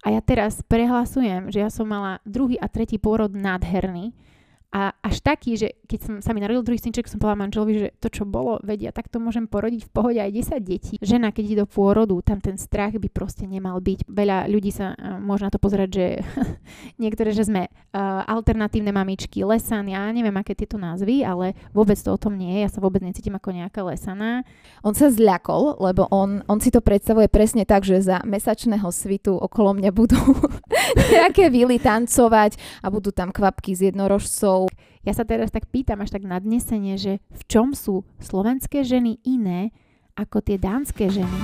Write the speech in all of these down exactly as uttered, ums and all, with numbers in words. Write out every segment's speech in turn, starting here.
A ja teraz prehlasujem, že ja som mala druhý a tretí pôrod nádherný. A až taký, že keď som, sa mi narodil druhý synček, som povedala manželovi, že to, čo bolo, vedia, tak to môžem porodiť v pohode aj desať detí. Žena, keď ide do pôrodu, tam ten strach by proste nemal byť. Veľa ľudí sa uh, môže na to pozerať, že niektoré, že sme uh, alternatívne mamičky, lesan, ja neviem, aké tieto názvy, ale vôbec to o tom nie je. Ja sa vôbec necítim ako nejaká lesaná. On sa zľakol, lebo on, on si to predstavuje presne tak, že za mesačného svitu okolo mňa budú nejaké vily tancovať a budú tam kvapky s jednorožcov. Ja sa teraz tak pýtam až tak nadnesenie, že v čom sú slovenské ženy iné ako tie dánske ženy?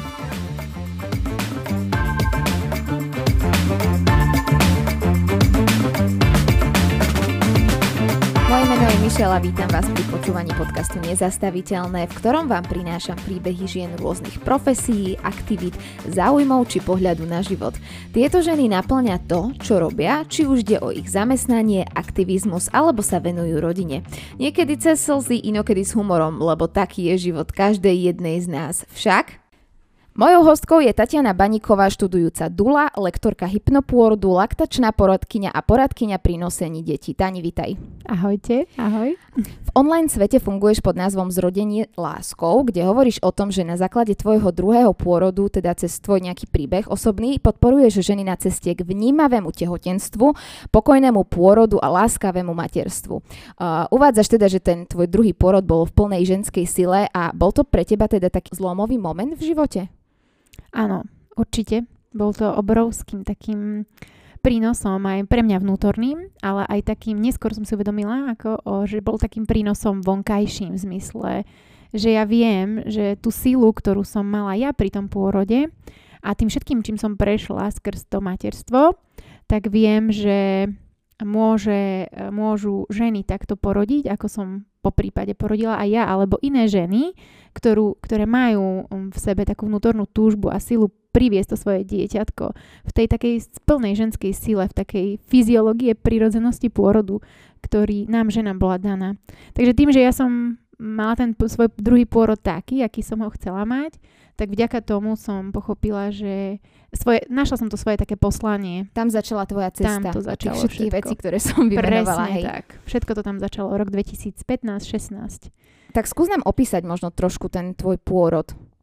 Moje meno je Mišela a vítam vás pri počúvaní podcastu Nezastaviteľné, v ktorom vám prinášam príbehy žien rôznych profesí, aktivít, záujmov či pohľadu na život. Tieto ženy naplňa to, čo robia, či už ide o ich zamestnanie, aktivizmus alebo sa venujú rodine. Niekedy cez slzy, inokedy s humorom, lebo taký je život každej jednej z nás. Však mojou hostkou je Tatiana Baníková, študujúca dula, lektorka hypnopôrodu, laktačná poradkyňa a poradkyňa pri nosení detí. Tani, vitaj. Ahojte, ahoj. V online svete funguješ pod názvom Zrodenie láskou, kde hovoríš o tom, že na základe tvojho druhého pôrodu, teda cez tvoj nejaký príbeh osobný, podporuješ ženy na ceste k vnímavému tehotenstvu, pokojnému pôrodu a láskavému materstvu. Uh, uvádzaš teda, že ten tvoj druhý pôrod bol v plnej ženskej sile a bol to pre teba teda taký zlomový moment v živote? Áno, určite. Bol to obrovským takým prínosom aj pre mňa vnútorným, ale aj takým, neskôr som si uvedomila, ako, o, že bol takým prínosom vonkajším v zmysle, že ja viem, že tú silu, ktorú som mala ja pri tom pôrode a tým všetkým, čím som prešla skrz to materstvo, tak viem, že môže, môžu ženy takto porodiť, ako som po prípade porodila aj ja, alebo iné ženy, ktorú, ktoré majú v sebe takú vnútornú túžbu a silu priviesť to svoje dieťatko v tej takej plnej ženskej sile, v takej fyziológie prirodzenosti pôrodu, ktorý nám ženám bola daná. Takže tým, že ja som mala ten svoj druhý pôrod taký, aký som ho chcela mať, tak vďaka tomu som pochopila, že svoje, našla som to svoje také poslanie. Tam začala tvoja cesta. Tam to začalo tých všetkých všetko. vecí, ktoré som vymenovala. Presne hej. tak. Všetko to tam začalo rok dvetisícpätnásť šestnásť. Tak skús nám opísať možno trošku ten tvoj pôrod.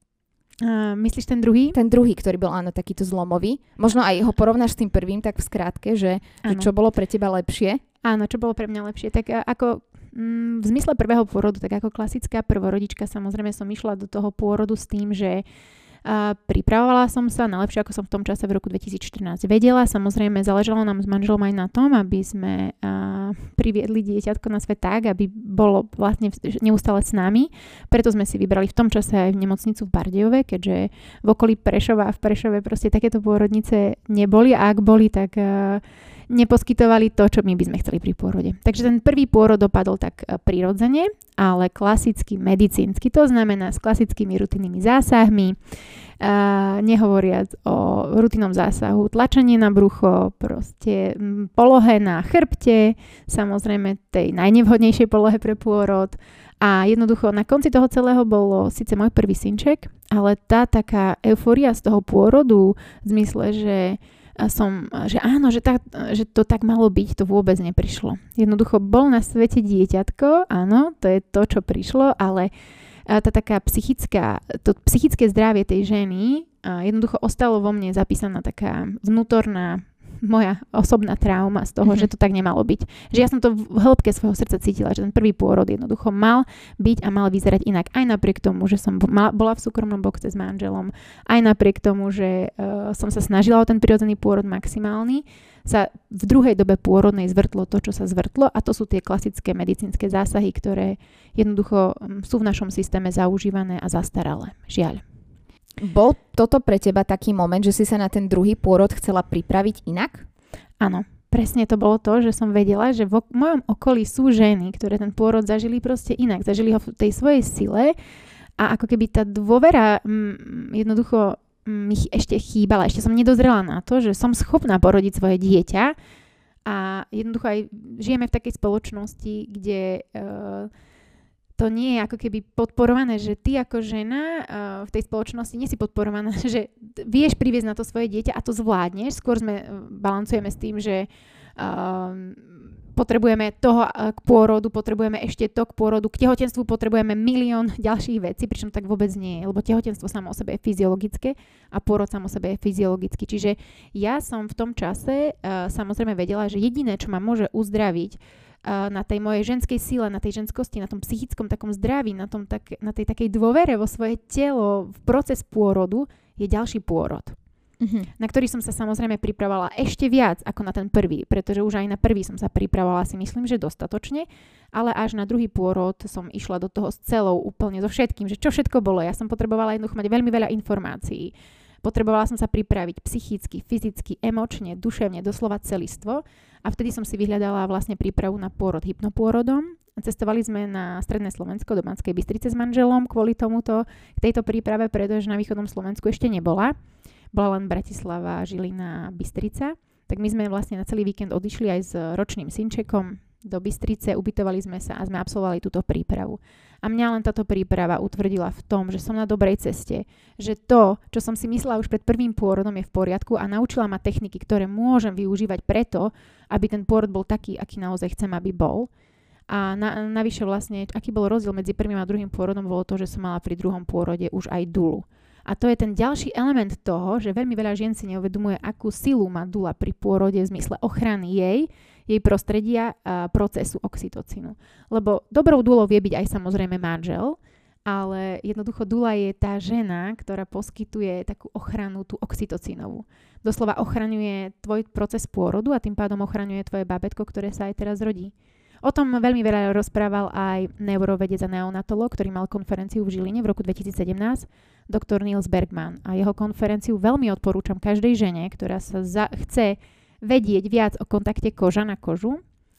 Uh, myslíš ten druhý? Ten druhý, ktorý bol áno takýto zlomový. Možno aj ho porovnáš s tým prvým, tak v skrátke, že, že čo bolo pre teba lepšie? Áno, čo bolo pre mňa lepšie. Tak uh, ako mm, v zmysle prvého pôrodu, tak ako klasická prvorodička, samozrejme som išla do toho pôrodu s tým, že Uh, pripravovala som sa najlepšie, ako som v tom čase v roku dvetisícštrnásť vedela. Samozrejme, záležalo nám s manželom aj na tom, aby sme uh, priviedli dieťatko na svet tak, aby bolo vlastne neustále s nami. Preto sme si vybrali v tom čase aj v nemocnicu v Bardejove, keďže v okolí Prešova a v Prešove proste takéto pôrodnice neboli a ak boli, tak uh, neposkytovali to, čo my by sme chceli pri pôrode. Takže ten prvý pôrod dopadol tak uh, prirodzene, ale klasicky medicínsky. To znamená s klasickými rutinnými zásahmi, Uh, nehovoriac o rutinnom zásahu, tlačenie na brucho, proste m, polohe na chrbte, samozrejme tej najnevhodnejšej polohe pre pôrod a jednoducho na konci toho celého bolo síce môj prvý synček, ale tá taká eufória z toho pôrodu v zmysle, že som, že áno, že, tak, že to tak malo byť, to vôbec neprišlo. Jednoducho bol na svete dieťatko, áno, to je to, čo prišlo, ale tá taká psychická, to psychické zdravie tej ženy jednoducho ostalo vo mne zapísaná taká vnútorná moja osobná trauma z toho, mm-hmm. že to tak nemalo byť. Že ja som to v hĺbke svojho srdca cítila, že ten prvý pôrod jednoducho mal byť a mal vyzerať inak. Aj napriek tomu, že som bola v súkromnom boxe s manželom, aj napriek tomu, že uh, som sa snažila o ten prirodzený pôrod maximálny, sa v druhej dobe pôrodnej zvrtlo to, čo sa zvrtlo a to sú tie klasické medicínske zásahy, ktoré jednoducho sú v našom systéme zaužívané a zastaralé. Žiaľ. Bol toto pre teba taký moment, že si sa na ten druhý pôrod chcela pripraviť inak? Áno, presne to bolo to, že som vedela, že v mojom okolí sú ženy, ktoré ten pôrod zažili proste inak. Zažili ho v tej svojej sile a ako keby tá dôvera m, jednoducho mi ešte chýbala. Ešte som nedozrela na to, že som schopná porodiť svoje dieťa a jednoducho aj žijeme v takej spoločnosti, kde uh, to nie je ako keby podporované, že ty ako žena uh, v tej spoločnosti nie si podporovaná, že vieš priviesť na to svoje dieťa a to zvládneš. Skôr sme uh, balancujeme s tým, že uh, potrebujeme toho k pôrodu, potrebujeme ešte to k pôrodu, k tehotenstvu potrebujeme milión ďalších vecí, pričom tak vôbec nie je, lebo tehotenstvo samo o sebe je fyziologické a pôrod samo o sebe je fyziologický. Čiže ja som v tom čase uh, samozrejme vedela, že jediné, čo ma môže uzdraviť uh, na tej mojej ženskej síle, na tej ženskosti, na tom psychickom takom zdraví, na, tom tak, na tej takej dôvere vo svoje telo, v proces pôrodu, je ďalší pôrod. Uh-huh. Na ktorý som sa samozrejme pripravovala ešte viac ako na ten prvý, pretože už aj na prvý som sa pripravovala, si myslím, že dostatočne, ale až na druhý pôrod som išla do toho s celou úplne so všetkým, že čo všetko bolo. Ja som potrebovala jednoducho mať veľmi veľa informácií. Potrebovala som sa pripraviť psychicky, fyzicky, emočne, duševne, doslova celistvo a vtedy som si vyhľadala vlastne prípravu na pôrod hypnopôrodom. Cestovali sme na stredné Slovensko do Banskej Bystrice s manželom kvôli tomuto, k tejto príprave, pretože na východnom Slovensku ešte nebola. Bola len Bratislava, Žilina, Bystrica. Tak my sme vlastne na celý víkend odišli aj s ročným synčekom do Bystrice, ubytovali sme sa a sme absolvovali túto prípravu. A mňa len táto príprava utvrdila v tom, že som na dobrej ceste, že to, čo som si myslela už pred prvým pôrodom, je v poriadku a naučila ma techniky, ktoré môžem využívať preto, aby ten pôrod bol taký, aký naozaj chcem, aby bol. A na, navyše vlastne, aký bol rozdiel medzi prvým a druhým pôrodom, bolo to, že som mala pri druhom pôrode už aj dulu. A to je ten ďalší element toho, že veľmi veľa žien si neuvedomuje, akú silu má dula pri pôrode v zmysle ochrany jej, jej prostredia a procesu oxytocínu. Lebo dobrou dulou vie byť aj samozrejme manžel, ale jednoducho dula je tá žena, ktorá poskytuje takú ochranu, tú oxytocínovú. Doslova ochraňuje tvoj proces pôrodu a tým pádom ochraňuje tvoje bábätko, ktoré sa aj teraz rodí. O tom veľmi veľa rozprával aj neurovedec a neonatolog, ktorý mal konferenciu v Žiline v roku dvetisícsedemnásť, doktor Niels Bergman. A jeho konferenciu veľmi odporúčam každej žene, ktorá sa za- chce vedieť viac o kontakte koža na kožu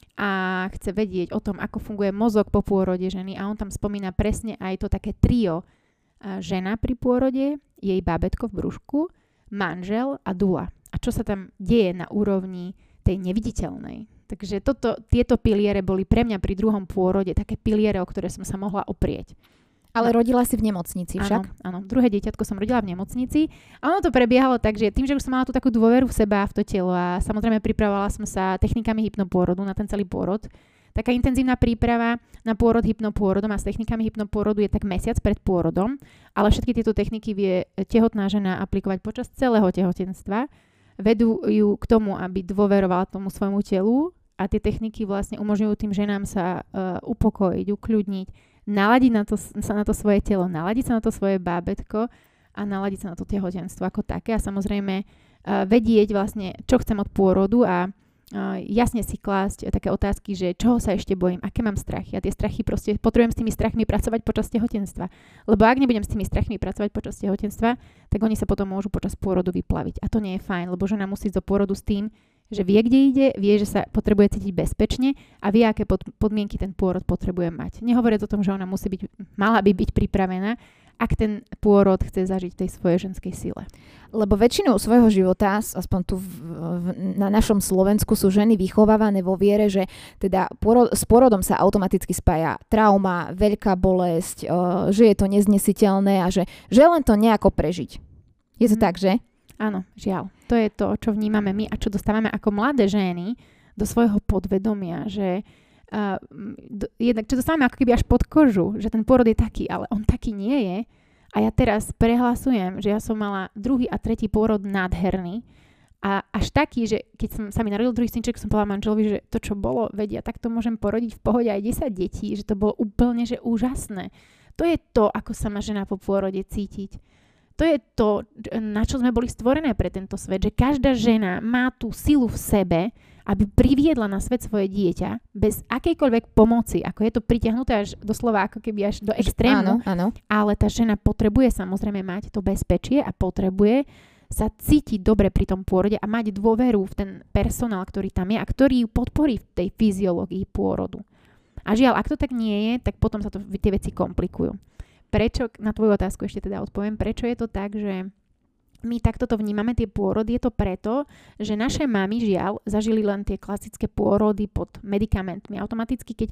a chce vedieť o tom, ako funguje mozog po pôrode ženy. A on tam spomína presne aj to také trio. Žena pri pôrode, jej bábätko v brúšku, manžel a dula. A čo sa tam deje na úrovni tej neviditeľnej. Takže toto, tieto piliere boli pre mňa pri druhom pôrode také piliere, o ktoré som sa mohla oprieť. Ale no. Rodila si v nemocnici však? Áno, áno, druhé dieťatko som rodila v nemocnici a ono to prebiehalo tak, že tým, že už som mala tú takú dôveru v seba, v to telo a samozrejme pripravovala som sa technikami hypnopôrodu na ten celý pôrod. Taká intenzívna príprava na pôrod hypnopôrodom a s technikami hypnopôrodu je tak mesiac pred pôrodom, ale všetky tieto techniky vie tehotná žena aplikovať počas celého tehotenstva. Vedú ju k tomu, aby dôverovala tomu svojmu telu a tie techniky vlastne umožňujú tým ženám sa uh, upokojiť, ukľudniť, naladiť na to, sa na to svoje telo, naladiť sa na to svoje bábätko a naladiť sa na to tehotenstvo ako také a samozrejme uh, vedieť vlastne, čo chcem od pôrodu a uh, jasne si klásť také otázky, že čoho sa ešte bojím, aké mám strachy a tie strachy proste potrebujem s tými strachmi pracovať počas tehotenstva. Lebo ak nebudem s tými strachmi pracovať počas tehotenstva, tak oni sa potom môžu počas pôrodu vyplaviť. A to nie je fajn, lebo žena musí ísť do pôrodu s tým, že vie, kde ide, vie, že sa potrebuje cítiť bezpečne a vie, aké pod, podmienky ten pôrod potrebuje mať. Nehovoriac o tom, že ona musí byť, mala by byť pripravená, ak ten pôrod chce zažiť v tej svojej ženskej sile. Lebo väčšinou svojho života, aspoň tu v, v, na našom Slovensku, sú ženy vychovávané vo viere, že teda porod, s pôrodom sa automaticky spája trauma, veľká bolesť, uh, že je to neznesiteľné a že, že len to nejako prežiť. Je to mm. tak, že? Áno, žiaľ. To je to, čo vnímame my a čo dostávame ako mladé ženy do svojho podvedomia, že uh, do, jednak, čo dostávame ako keby až pod kožu, že ten pôrod je taký, ale on taký nie je. A ja teraz prehlasujem, že ja som mala druhý a tretí pôrod nádherný a až taký, že keď som, sa mi narodil druhý synček, som povedala manželovi, že to, čo bolo, vedia, tak to môžem porodiť v pohode aj desať detí, že to bolo úplne že úžasné. To je to, ako sa má žena po pôrode cítiť. To je to, na čo sme boli stvorené pre tento svet, že každá žena má tú silu v sebe, aby priviedla na svet svoje dieťa bez akejkoľvek pomoci, ako je to pritiahnuté až doslova ako keby až do extrému. Áno, áno. Ale tá žena potrebuje samozrejme mať to bezpečie a potrebuje sa cítiť dobre pri tom pôrode a mať dôveru v ten personál, ktorý tam je a ktorý ju podporí v tej fyziológii pôrodu. A žiaľ, ak to tak nie je, tak potom sa to, tie veci komplikujú. Prečo, na tvoju otázku ešte teda odpoviem, prečo je to tak, že my takto to vnímame tie pôrody, je to preto, že naše mamy žiaľ zažili len tie klasické pôrody pod medikamentmi. Automaticky, keď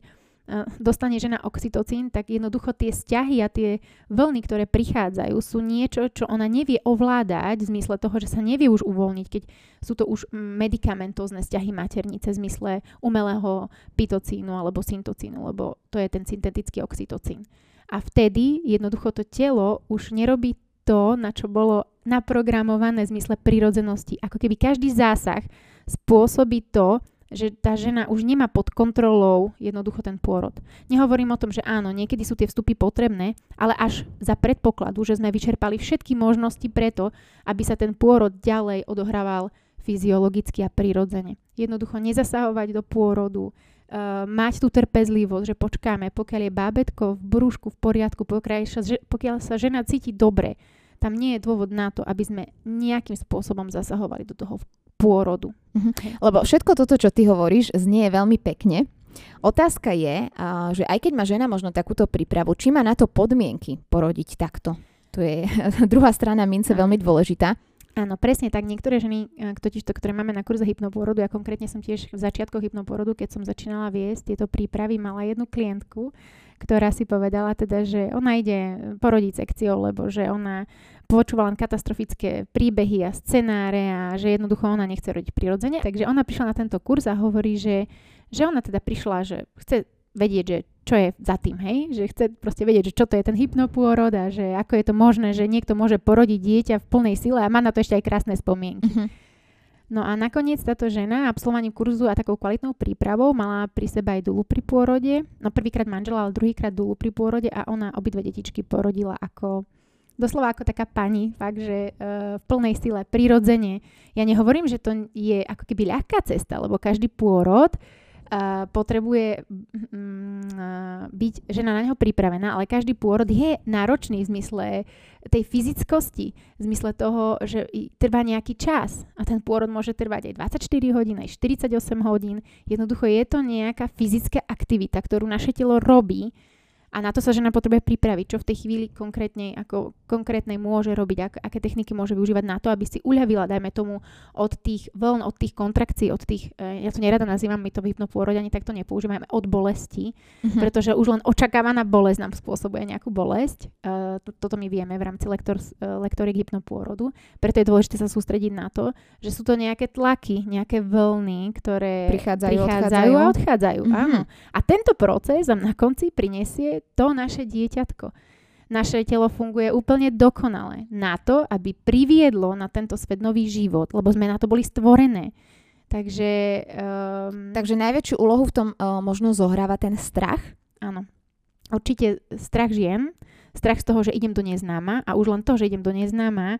dostane žena oxytocín, tak jednoducho tie vzťahy a tie vlny, ktoré prichádzajú, sú niečo, čo ona nevie ovládať v zmysle toho, že sa nevie už uvoľniť, keď sú to už medikamentózne vzťahy maternice v zmysle umelého pitocínu alebo syntocínu, lebo to je ten syntetický oxytocín. A vtedy jednoducho to telo už nerobí to, na čo bolo naprogramované v zmysle prirodzenosti. Ako keby každý zásah spôsobí to, že tá žena už nemá pod kontrolou jednoducho ten pôrod. Nehovorím o tom, že áno, niekedy sú tie vstupy potrebné, ale až za predpokladu, že sme vyčerpali všetky možnosti preto, aby sa ten pôrod ďalej odohrával fyziologicky a prirodzene. Jednoducho nezasahovať do pôrodu, uh, mať tú trpezlivosť, že počkáme, pokiaľ je bábätko v brúšku v poriadku, pokiaľ sa, pokiaľ sa žena cíti dobre, tam nie je dôvod na to, aby sme nejakým spôsobom zasahovali do toho pôrodu. Mhm. Lebo všetko toto, čo ty hovoríš, znie veľmi pekne. Otázka je, že aj keď má žena možno takúto prípravu, či má na to podmienky porodiť takto. To je druhá strana mince veľmi dôležitá. Áno, presne tak. Niektoré ženy, totiž to, ktoré máme na kurze hypnopôrodu, ja konkrétne som tiež v začiatkoch hypnopôrodu, keď som začínala viesť tieto prípravy, mala jednu klientku, ktorá si povedala teda, že ona ide porodiť sekciou, lebo že ona počúvala len katastrofické príbehy a scenáre a že jednoducho ona nechce rodiť prirodzene. Takže ona prišla na tento kurz a hovorí, že, že ona teda prišla, že chce vedieť, že čo je za tým, hej? Že chce proste vedieť, že čo to je ten hypnopôrod a že ako je to možné, že niekto môže porodiť dieťa v plnej sile a má na to ešte aj krásne spomienky. Uh-huh. No a nakoniec táto žena absolvovaním kurzu a takou kvalitnou prípravou mala pri sebe aj dulu pri pôrode. No prvýkrát manžela, ale druhýkrát dulu pri pôrode a ona obidve detičky porodila ako doslova ako taká pani, fakt, že uh, v plnej sile, prirodzene. Ja nehovorím, že to je ako keby ľahká cesta, lebo každý pôrod uh, potrebuje um, byť žena na neho pripravená, ale každý pôrod je náročný v zmysle tej fyzickosti, v zmysle toho, že trvá nejaký čas a ten pôrod môže trvať aj dvadsaťštyri hodín, aj štyridsaťosem hodín. Jednoducho je to nejaká fyzická aktivita, ktorú naše telo robí. A na to sa žena potrebuje pripraviť, čo v tej chvíli konkrétnej, ako konkrétnej môže robiť, ak, aké techniky môže využívať na to, aby si uľavila, dajme tomu, od tých vln, od tých kontrakcií, od tých, ja to nerada nazývam, my to v hypnopôrode ani takto nepoužívame, od bolesti, mm-hmm. pretože už len očakávaná bolesť nám spôsobuje nejakú bolesť. Uh, toto my vieme v rámci lektor, uh, lektoriek hypnopôrodu. Preto je dôležité sa sústrediť na to, že sú to nejaké tlaky, nejaké vlny, ktoré prichádzajú, prichádzajú odchádzajú. a odchádzajú. Mm-hmm. Áno. A tento proces vám na konci prinesie to naše dieťatko. Naše telo funguje úplne dokonale na to, aby priviedlo na tento svet nový život, lebo sme na to boli stvorené. Takže... Um, Takže najväčšiu úlohu v tom uh, možno zohráva ten strach? Áno. Určite strach žien, strach z toho, že idem do neznáma a už len to, že idem do neznáma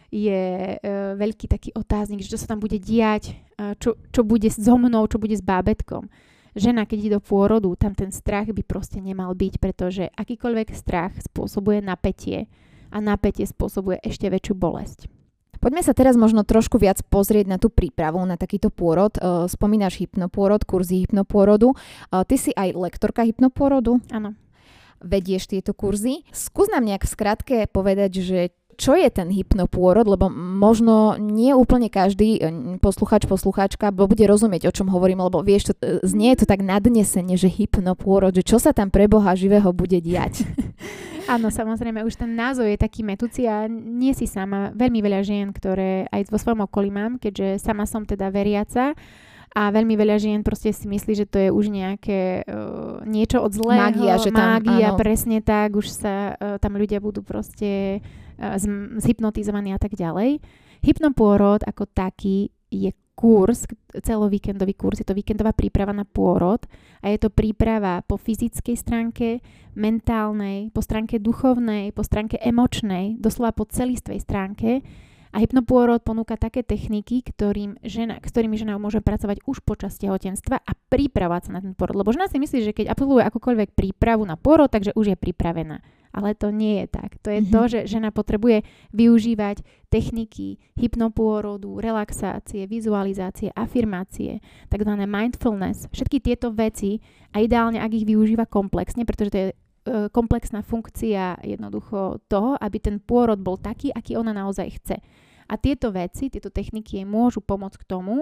je uh, veľký taký otáznik, že čo sa tam bude diať, uh, čo, čo bude so mnou, čo bude s bábätkom. Žena, keď ide do pôrodu, tam ten strach by proste nemal byť, pretože akýkoľvek strach spôsobuje napätie a napätie spôsobuje ešte väčšiu bolesť. Poďme sa teraz možno trošku viac pozrieť na tú prípravu na takýto pôrod. Spomínaš hypnopôrod, kurzy hypnopôrodu. Ty si aj lektorka hypnopôrodu? Áno. Vedieš tieto kurzy. Skús nám nejak v skratke povedať, že čo je ten hypnopôrod, lebo možno nie úplne každý posluchač, poslucháčka bude rozumieť, o čom hovorím, lebo vieš, to, znie to tak nadnesene, že hypnopôrod, že čo sa tam pre Boha živého bude diať. Áno, samozrejme, už ten názov je taký metúci a nie si sama. Veľmi veľa žien, ktoré aj vo svojom okolí mám, keďže sama som teda veriaca, a veľmi veľa žien proste si myslí, že to je už nejaké uh, niečo od zlého. Mágia, že tam, mágia, áno. Presne tak, už sa uh, tam ľudia budú proste uh, zhypnotizovaní a tak ďalej. Hypnopôrod ako taký je kurz, celovíkendový kurz, je to víkendová príprava na pôrod a je to príprava po fyzickej stránke, mentálnej, po stránke duchovnej, po stránke emočnej, doslova po celistvej stránke. A hypnopôrod ponúka také techniky, ktorým žena, s ktorými žena môže pracovať už počas tehotenstva a pripravovať sa na ten pôrod. Lebo žena si myslí, že keď absolvuje akúkoľvek prípravu na pôrod, takže už je pripravená. Ale to nie je tak. To je mm-hmm. to, že žena potrebuje využívať techniky hypnopôrodu, relaxácie, vizualizácie, afirmácie, takzvané mindfulness. Všetky tieto veci a ideálne, ak ich využíva komplexne, pretože to je komplexná funkcia jednoducho toho, aby ten pôrod bol taký, aký ona naozaj chce. A tieto veci, tieto techniky jej môžu pomôcť k tomu,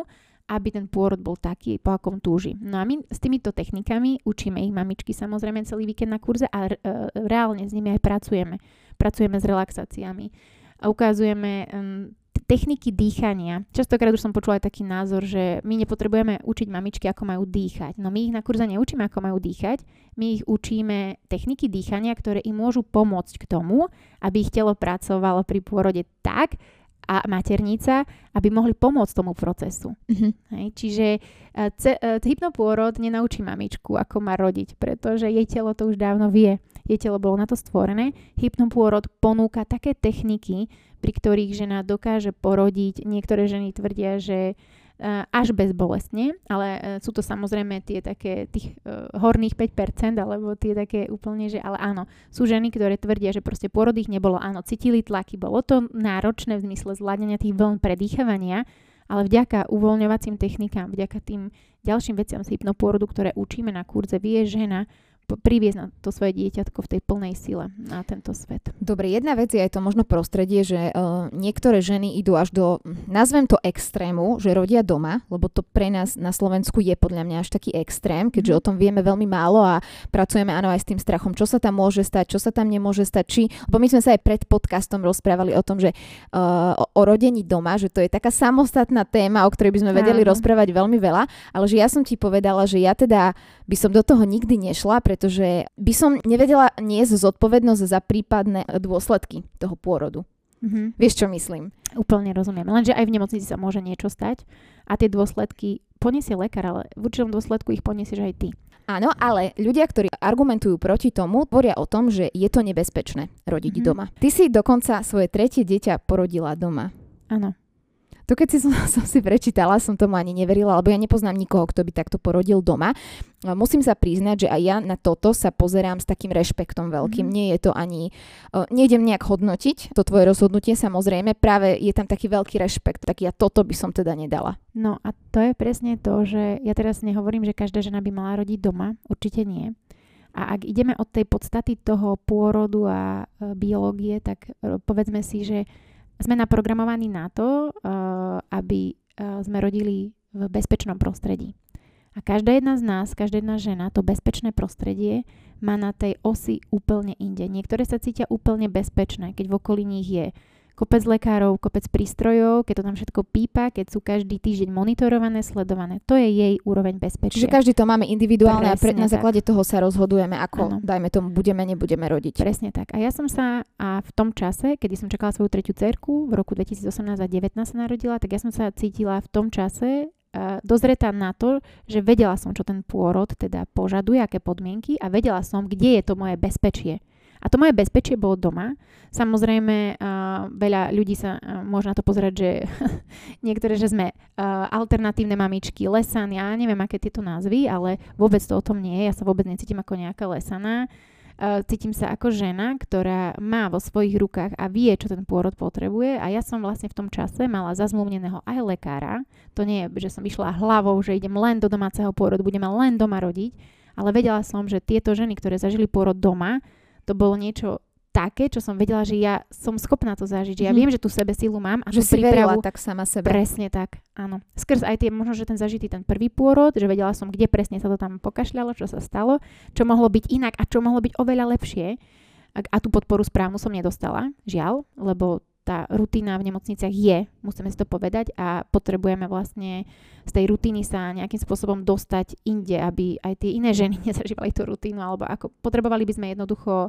aby ten pôrod bol taký, po akom túži. No a my s týmito technikami učíme ich mamičky samozrejme celý víkend na kurze a e, reálne s nimi aj pracujeme. Pracujeme s relaxáciami a ukazujeme um, techniky dýchania. Častokrát už som počula aj taký názor, že my nepotrebujeme učiť mamičky, ako majú dýchať. No my ich na kurze neučíme, ako majú dýchať. My ich učíme techniky dýchania, ktoré im môžu pomôcť k tomu, aby ich telo pracovalo pri pôrode tak, a maternica, aby mohli pomôcť tomu procesu. Mm-hmm. Hej, čiže ce, hypnopôrod nenaučí mamičku, ako má rodiť, pretože jej telo to už dávno vie. Jej telo bolo na to stvorené. Hypnopôrod ponúka také techniky, pri ktorých žena dokáže porodiť. Niektoré ženy tvrdia, že až bezbolestne, ale sú to samozrejme tie také tých uh, horných päť percent, alebo tie také úplne, že ale áno, sú ženy, ktoré tvrdia, že proste pôrod ich nebolo, áno, cítili tlaky, bolo to náročné v zmysle zvládania tých vln predýchavania, ale vďaka uvoľňovacím technikám, vďaka tým ďalším veciam z hypnopôrodu, ktoré učíme na kurze, vie žena priviesť na to svoje dieťatko v tej plnej sile na tento svet. Dobre, jedna vec je aj to možno prostredie, že uh, niektoré ženy idú až do, nazvem to extrému, že rodia doma, lebo to pre nás na Slovensku je podľa mňa až taký extrém, keďže mm. o tom vieme veľmi málo a pracujeme áno aj s tým strachom, čo sa tam môže stať, čo sa tam nemôže stať, či, lebo my sme sa aj pred podcastom rozprávali o tom, že uh, o, o rodení doma, že to je taká samostatná téma, o ktorej by sme vedeli áno. rozprávať veľmi veľa, ale že ja som ti povedala, že ja teda by som do toho nikdy nešla, pretože by som nevedela niesť zodpovednosť za prípadné dôsledky toho pôrodu. Mm-hmm. Vieš, čo myslím? Úplne rozumiem. Lenže aj v nemocnici sa môže niečo stať a tie dôsledky poniesie lekár, ale v určitom dôsledku ich poniesieš aj ty. Áno, ale ľudia, ktorí argumentujú proti tomu, hovoria o tom, že je to nebezpečné rodiť mm-hmm. doma. Ty si dokonca svoje tretie dieťa porodila doma. Áno. To keď si som, som si prečítala, som tomu ani neverila, lebo ja nepoznám nikoho, kto by takto porodil doma. Musím sa priznať, že aj ja na toto sa pozerám s takým rešpektom veľkým. Mm. Nie je to ani, uh, nejdem nejak hodnotiť to tvoje rozhodnutie, samozrejme, práve je tam taký veľký rešpekt, tak ja toto by som teda nedala. No a to je presne to, že ja teraz nehovorím, že každá žena by mala rodiť doma, určite nie. A ak ideme od tej podstaty toho pôrodu a e, biológie, tak e, povedzme si, že sme naprogramovaní na to, uh, aby uh, sme rodili v bezpečnom prostredí. A každá jedna z nás, každá jedna žena, to bezpečné prostredie má na tej osi úplne inde. Niektoré sa cítia úplne bezpečné, keď v okolí nich je kopec lekárov, kopec prístrojov, keď to tam všetko pípa, keď sú každý týždeň monitorované, sledované. To je jej úroveň bezpečia. Čiže každý to máme individuálne. Presne a pre, na základe tak. toho sa rozhodujeme, ako, ano. dajme tomu, budeme, nebudeme rodiť. Presne tak. A ja som sa a v tom čase, kedy som čakala svoju tretiu dcérku, v roku dvetisícosemnásť a devätnásť sa narodila, tak ja som sa cítila v tom čase uh, dozretá na to, že vedela som, čo ten pôrod teda požaduje, aké podmienky a vedela som, kde je to moje bezpečie. A to moje bezpečie bolo doma. Samozrejme, uh, veľa ľudí sa uh, môže na to pozerať, že niektoré, že sme uh, alternatívne mamičky, lesan, ja neviem, aké tieto názvy, ale vôbec to o tom nie je. Ja sa vôbec necítim ako nejaká lesaná. Uh, cítim sa ako žena, ktorá má vo svojich rukách a vie, čo ten pôrod potrebuje. A ja som vlastne v tom čase mala zazmluvneného aj lekára. To nie je, že som išla hlavou, že idem len do domáceho pôrodu, budeme len doma rodiť. Ale vedela som, že tieto ženy, ktoré zažili pôrod doma, to bolo niečo také, čo som vedela, že ja som schopná to zažiť. Že ja mm. viem, že tú sebesílu mám a že tú si prípravu. Verila tak sama sebe. Presne tak, áno. Skrz aj tie, možno, že ten zažitý ten prvý pôrod, že vedela som, kde presne sa to tam pokašľalo, čo sa stalo, čo mohlo byť inak a čo mohlo byť oveľa lepšie. A, a tú podporu správnu som nedostala, žiaľ, lebo tá rutina v nemocniciach je, musíme si to povedať, a potrebujeme vlastne z tej rutiny sa nejakým spôsobom dostať inde, aby aj tie iné ženy nezažívali tú rutínu, alebo ako potrebovali by sme jednoducho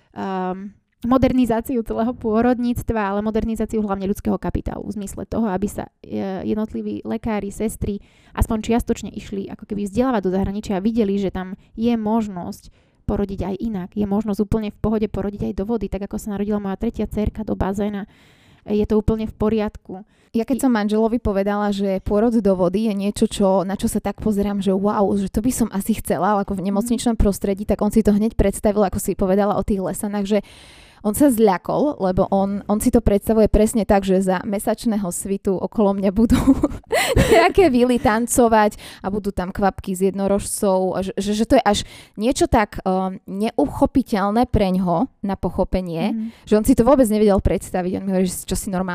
um, modernizáciu celého pôrodníctva, ale modernizáciu hlavne ľudského kapitálu v zmysle toho, aby sa jednotliví lekári, sestry aspoň čiastočne išli ako keby vzdelávať do zahraničia a videli, že tam je možnosť porodiť aj inak. Je možnosť úplne v pohode porodiť aj do vody, tak ako sa narodila moja tretia dcérka do bazéna. Je to úplne v poriadku. Ja keď som manželovi povedala, že pôrod do vody je niečo, čo, na čo sa tak pozerám, že wow, že to by som asi chcela, ako v nemocničnom prostredí, tak on si to hneď predstavil, ako si povedala o tých lesanách, že on sa zľakol, lebo on, on si to predstavuje presne tak, že za mesačného svitu okolo mňa budú nejaké vily tancovať a budú tam kvapky s jednorožcov, že, že to je až niečo tak um, neuchopiteľné preňho na pochopenie, mm. že on si to vôbec nevedel predstaviť. On mi hovorí, že čo si normálna?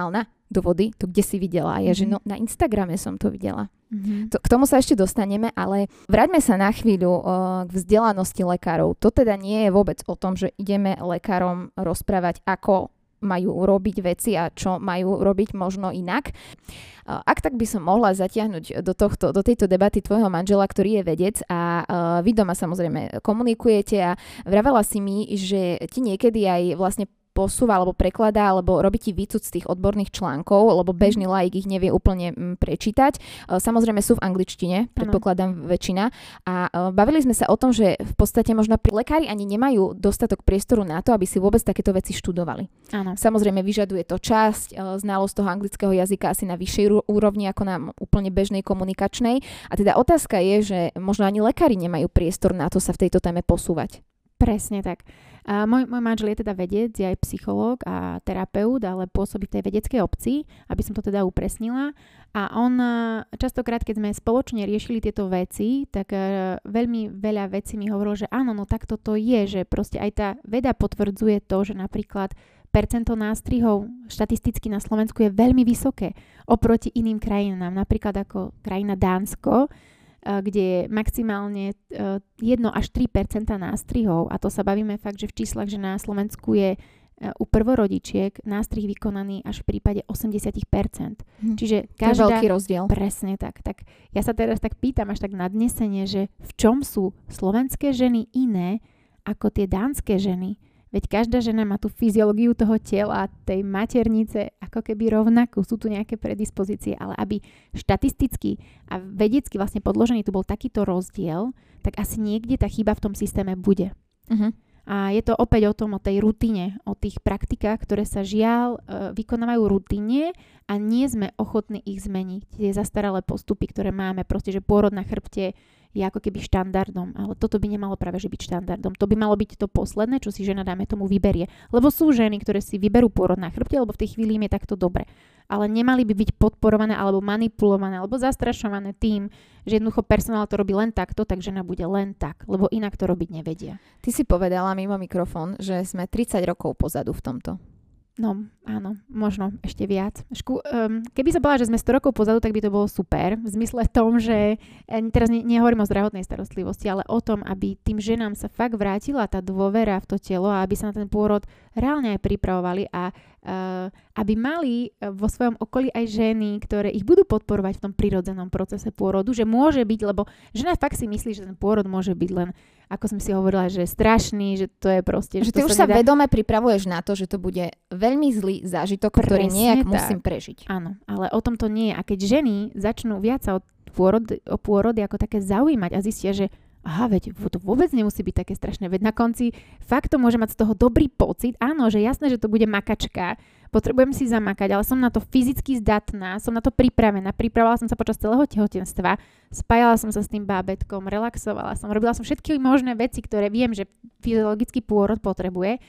do vody, to kde si videla? A ja, mm-hmm. že no na Instagrame som to videla. Mm-hmm. To, k tomu sa ešte dostaneme, ale vráťme sa na chvíľu uh, k vzdelanosti lekárov. To teda nie je vôbec o tom, že ideme lekárom rozprávať, ako majú robiť veci a čo majú robiť možno inak. Uh, ak tak by som mohla zatiahnuť do, tohto, do tejto debaty tvojho manžela, ktorý je vedec a uh, vy doma samozrejme komunikujete a vravela si mi, že ti niekedy aj vlastne posúva alebo prekladá, alebo robí ti výcud z tých odborných článkov, lebo bežný laik ich nevie úplne m, prečítať. E, samozrejme sú v angličtine, predpokladám ano. väčšina. A e, bavili sme sa o tom, že v podstate možno lekári ani nemajú dostatok priestoru na to, aby si vôbec takéto veci študovali. Ano. Samozrejme vyžaduje to časť, e, znalosť toho anglického jazyka asi na vyššej úrovni ako na úplne bežnej komunikačnej. A teda otázka je, že možno ani lekári nemajú priestor na to sa v tejto téme posúvať. Presne tak. A môj, môj manžel je teda vedec, je aj psychológ a terapeut, ale pôsobí v tej vedeckej obci, aby som to teda upresnila. A on častokrát, keď sme spoločne riešili tieto veci, tak veľmi veľa vecí mi hovoril, že áno, no tak toto je, že proste aj tá veda potvrdzuje to, že napríklad percento nástrihov štatisticky na Slovensku je veľmi vysoké oproti iným krajinám, napríklad ako krajina Dánsko, kde je maximálne jedno až tri percentá nástrihov a to sa bavíme fakt, že v číslach, že na Slovensku je u prvorodičiek nástrih vykonaný až v prípade osemdesiat percent. Hm. Čiže každá... To je veľký rozdiel. Presne tak. Tak ja sa teraz tak pýtam až tak nadnesenie, že v čom sú slovenské ženy iné ako tie dánske ženy? Veď každá žena má tú fyziológiu toho tela, tej maternice ako keby rovnakú. Sú tu nejaké predispozície, ale aby štatisticky a vedecky vlastne podložený tu bol takýto rozdiel, tak asi niekde tá chyba v tom systéme bude. Uh-huh. A je to opäť o tom, o tej rutine, o tých praktikách, ktoré sa žiaľ e, vykonávajú rutine a nie sme ochotní ich zmeniť. Tie zastaralé postupy, ktoré máme, proste, že pôrod na chrbte je ako keby štandardom, ale toto by nemalo práve že byť štandardom. To by malo byť to posledné, čo si žena, dáme tomu, vyberie. Lebo sú ženy, ktoré si vyberú pôrod na chrbte, lebo v tej chvíli im je takto dobre. Ale nemali by byť podporované alebo manipulované alebo zastrašované tým, že jednoducho personál to robí len takto, tak žena bude len tak, lebo inak to robiť nevedia. Ty si povedala mimo mikrofón, že sme tridsať rokov pozadu v tomto. No, áno, možno ešte viac. Šku, um, keby som povedala, že sme sto rokov pozadu, tak by to bolo super. V zmysle tom, že teraz ne, nehovorím o zdravotnej starostlivosti, ale o tom, aby tým ženám sa fakt vrátila tá dôvera v to telo a aby sa na ten pôrod reálne aj pripravovali a uh, aby mali vo svojom okolí aj ženy, ktoré ich budú podporovať v tom prirodzenom procese pôrodu, že môže byť, lebo žena fakt si myslí, že ten pôrod môže byť len, ako som si hovorila, že strašný, že to je proste... Že ty už sa nedá... vedome pripravuješ na to, že to bude veľmi zlý zážitok, presne, ktorý nejak tak musím prežiť. Áno, ale o tom to nie je. A keď ženy začnú viac sa o pôrody, o pôrody ako také zaujímať a zistia, že aha, veď to vôbec nemusí byť také strašné. Veď na konci fakt to môže mať z toho dobrý pocit. Áno, že jasné, že to bude makačka. Potrebujem si zamakať, ale som na to fyzicky zdatná, som na to pripravená. Pripravovala som sa počas celého tehotenstva, spájala som sa s tým bábätkom, relaxovala som, robila som všetky možné veci, ktoré viem, že fyziologický pôrod potrebuje.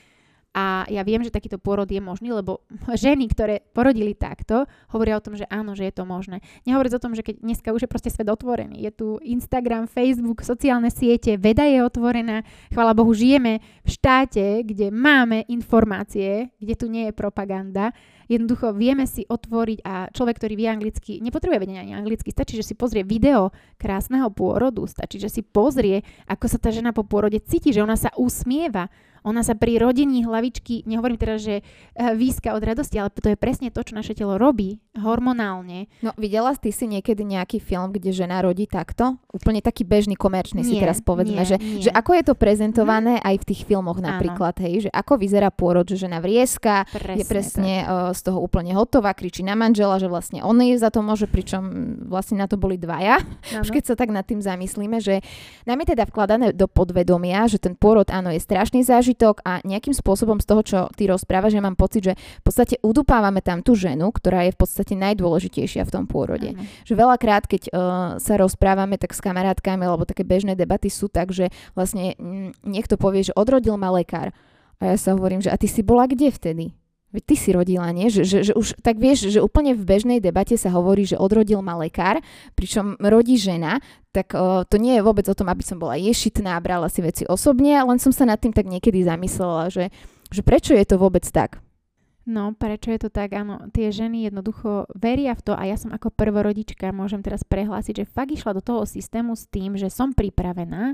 A ja viem, že takýto pôrod je možný, lebo ženy, ktoré porodili takto, hovoria o tom, že áno, že je to možné. Nehovoriť o tom, že keď dneska už je proste svet otvorený. Je tu Instagram, Facebook, sociálne siete, veda je otvorená. Chvála Bohu, žijeme v štáte, kde máme informácie, kde tu nie je propaganda. Jednoducho vieme si otvoriť a človek, ktorý vie anglicky, nepotrebuje vedieť ani anglicky, stačí, že si pozrie video krásneho pôrodu, stačí, že si pozrie, ako sa tá žena po pôrode cíti, že ona sa usmieva. Ona sa pri rodení hlavičky, nehovorím teraz, že výska od radosti, ale to je presne to, čo naše telo robí hormonálne. No videla ty si niekedy nejaký film, kde žena rodí takto? Úplne taký bežný, komerčný, nie, si teraz povedzme, nie, že, nie. že ako je to prezentované mm. aj v tých filmoch napríklad, áno. hej, že ako vyzerá pôrod, že žena vrieska, presne, je presne uh, z toho úplne hotová, kričí na manžela, že vlastne on jej za to môže, pričom vlastne na to boli dvaja. Už keď sa tak nad tým zamyslíme, že nám je teda vkladané do podvedomia, že ten pôrod áno je strašný zážitok, a nejakým spôsobom z toho, čo ty rozprávaš, že mám pocit, že v podstate udupávame tam tú ženu, ktorá je v podstate najdôležitejšia v tom pôrode. Ano. Že veľakrát, keď uh, sa rozprávame tak s kamarátkami, alebo také bežné debaty sú tak, že vlastne m, niekto povie, že odrodil ma lekár. A ja sa hovorím, že a ty si bola kde vtedy? Veď ty si rodila, nie? Že, že, že už tak vieš, že úplne v bežnej debate sa hovorí, že odrodil ma lekár, pričom rodí žena, tak uh, to nie je vôbec o tom, aby som bola ješitná, brala si veci osobne, len som sa nad tým tak niekedy zamyslela, že, že prečo je to vôbec tak? No, prečo je to tak? Áno, tie ženy jednoducho veria v to a ja som ako prvorodička, môžem teraz prehlásiť, že fakt išla do toho systému s tým, že som pripravená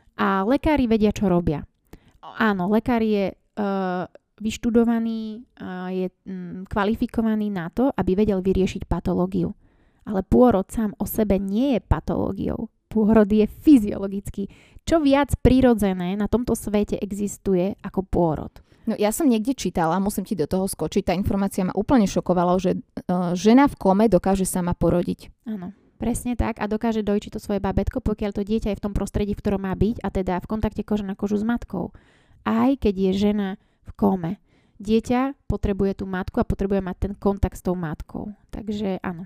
a lekári vedia, čo robia. Áno, lekár je uh, vyštudovaný, uh, je um, kvalifikovaný na to, aby vedel vyriešiť patológiu. Ale pôrod sám o sebe nie je patológiou. Pôrod je fyziologický. Čo viac prirodzené na tomto svete existuje ako pôrod? No ja som niekde čítala, musím ti do toho skočiť, tá informácia ma úplne šokovala, že uh, žena v kome dokáže sama porodiť. Áno, presne tak a dokáže dojčiť to svoje babätko, pokiaľ to dieťa je v tom prostredí, v ktorom má byť a teda v kontakte koža na kožu s matkou. Aj keď je žena v kome. Dieťa potrebuje tú matku a potrebuje mať ten kontakt s tou matkou. Takže áno.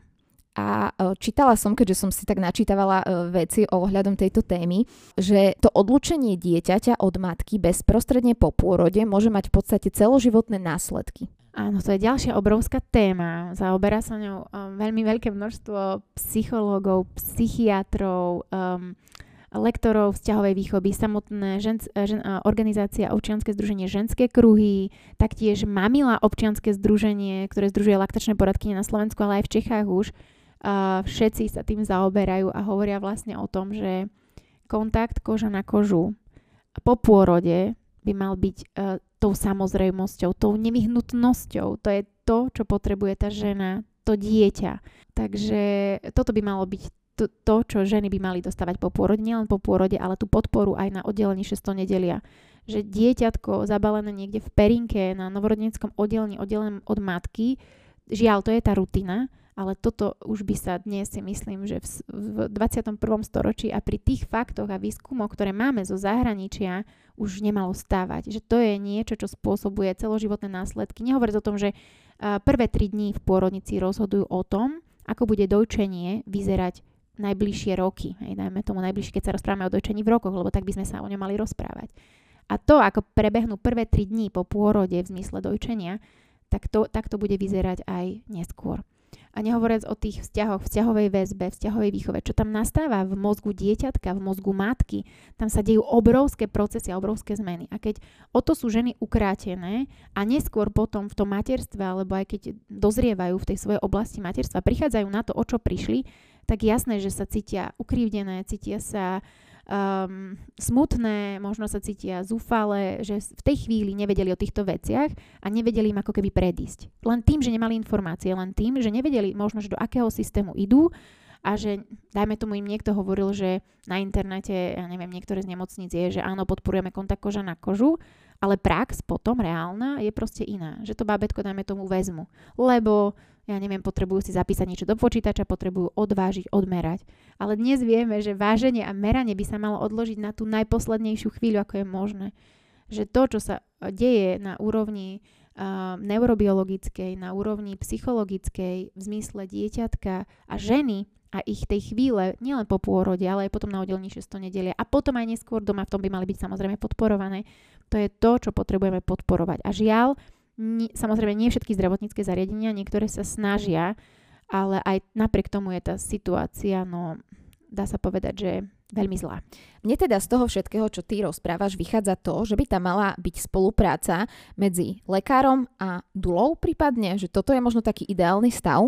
A čítala som, keďže som si tak načítavala veci ohľadom tejto témy, že to odlúčenie dieťaťa od matky bezprostredne po pôrode môže mať v podstate celoživotné následky. Áno, to je ďalšia obrovská téma. Zaoberá sa ňou um, veľmi veľké množstvo psychológov, psychiatrov, um, lektorov vzťahovej výchovy, samotné žen, žen, organizácia Občianske združenie Ženské kruhy, taktiež Mamila občianske združenie, ktoré združuje laktačné poradkyne na Slovensku, ale aj v Čechách už. Uh, všetci sa tým zaoberajú a hovoria vlastne o tom, že kontakt koža na kožu po pôrode by mal byť uh, tou samozrejmosťou, tou nevyhnutnosťou. To je to, čo potrebuje tá žena, to dieťa. Takže toto by malo byť to, to čo ženy by mali dostávať po pôrode, nielen po pôrode, ale tú podporu aj na oddelení šesť nedelia. Že dieťatko zabalené niekde v perinke na novorodenskom oddelení, oddelenom od matky, žiaľ, to je tá rutina, ale toto už by sa dnes si myslím, že v, v dvadsiatom prvom storočí a pri tých faktoch a výskumoch, ktoré máme zo zahraničia, už nemalo stávať. Že to je niečo, čo spôsobuje celoživotné následky. Nehovoriac o tom, že uh, prvé tri dní v pôrodnici rozhodujú o tom, ako bude dojčenie vyzerať najbližšie roky. Hej, dajme tomu najbližšie, keď sa rozprávame o dojčení v rokoch, lebo tak by sme sa o ňom mali rozprávať. A to, ako prebehnú prvé tri dní po pôrode v zmysle dojčenia, tak to, tak to bude vyzerať aj neskôr. A nehovoriac o tých vzťahoch, vzťahovej väzbe, vzťahovej výchove, čo tam nastáva v mozgu dieťatka, v mozgu matky, tam sa dejú obrovské procesy a obrovské zmeny. A keď o to sú ženy ukrátené a neskôr potom v tom materstve, alebo aj keď dozrievajú v tej svojej oblasti materstva, prichádzajú na to, o čo prišli, tak jasné, že sa cítia ukrivdené, cítia sa um, smutné, možno sa cítia zúfale, že v tej chvíli nevedeli o týchto veciach a nevedeli im ako keby predísť. Len tým, že nemali informácie, len tým, že nevedeli možno, že do akého systému idú a že, dajme tomu im niekto hovoril, že na internete, ja neviem, niektoré z nemocníc je, že áno, podporujeme kontakt koža na kožu, ale prax potom reálna je proste iná. Že to bábätko, dajme tomu, vezmu. Lebo ja neviem, potrebujú si zapísať niečo do počítača, potrebujú odvážiť, odmerať. Ale dnes vieme, že váženie a meranie by sa malo odložiť na tú najposlednejšiu chvíľu, ako je možné. Že to, čo sa deje na úrovni uh, neurobiologickej, na úrovni psychologickej, v zmysle dieťatka a ženy a ich tej chvíle, nielen po pôrode, ale aj potom na oddelení šesť nedelia a potom aj neskôr doma, v tom by mali byť samozrejme podporované. To je to, čo potrebujeme podporovať. A žiaľ, Nie, samozrejme nie všetky zdravotnícke zariadenia, niektoré sa snažia, ale aj napriek tomu je tá situácia, no dá sa povedať, že veľmi zlá. Mne teda z toho všetkého, čo ty rozprávaš, vychádza to, že by tam mala byť spolupráca medzi lekárom a dulou prípadne, že toto je možno taký ideálny stav?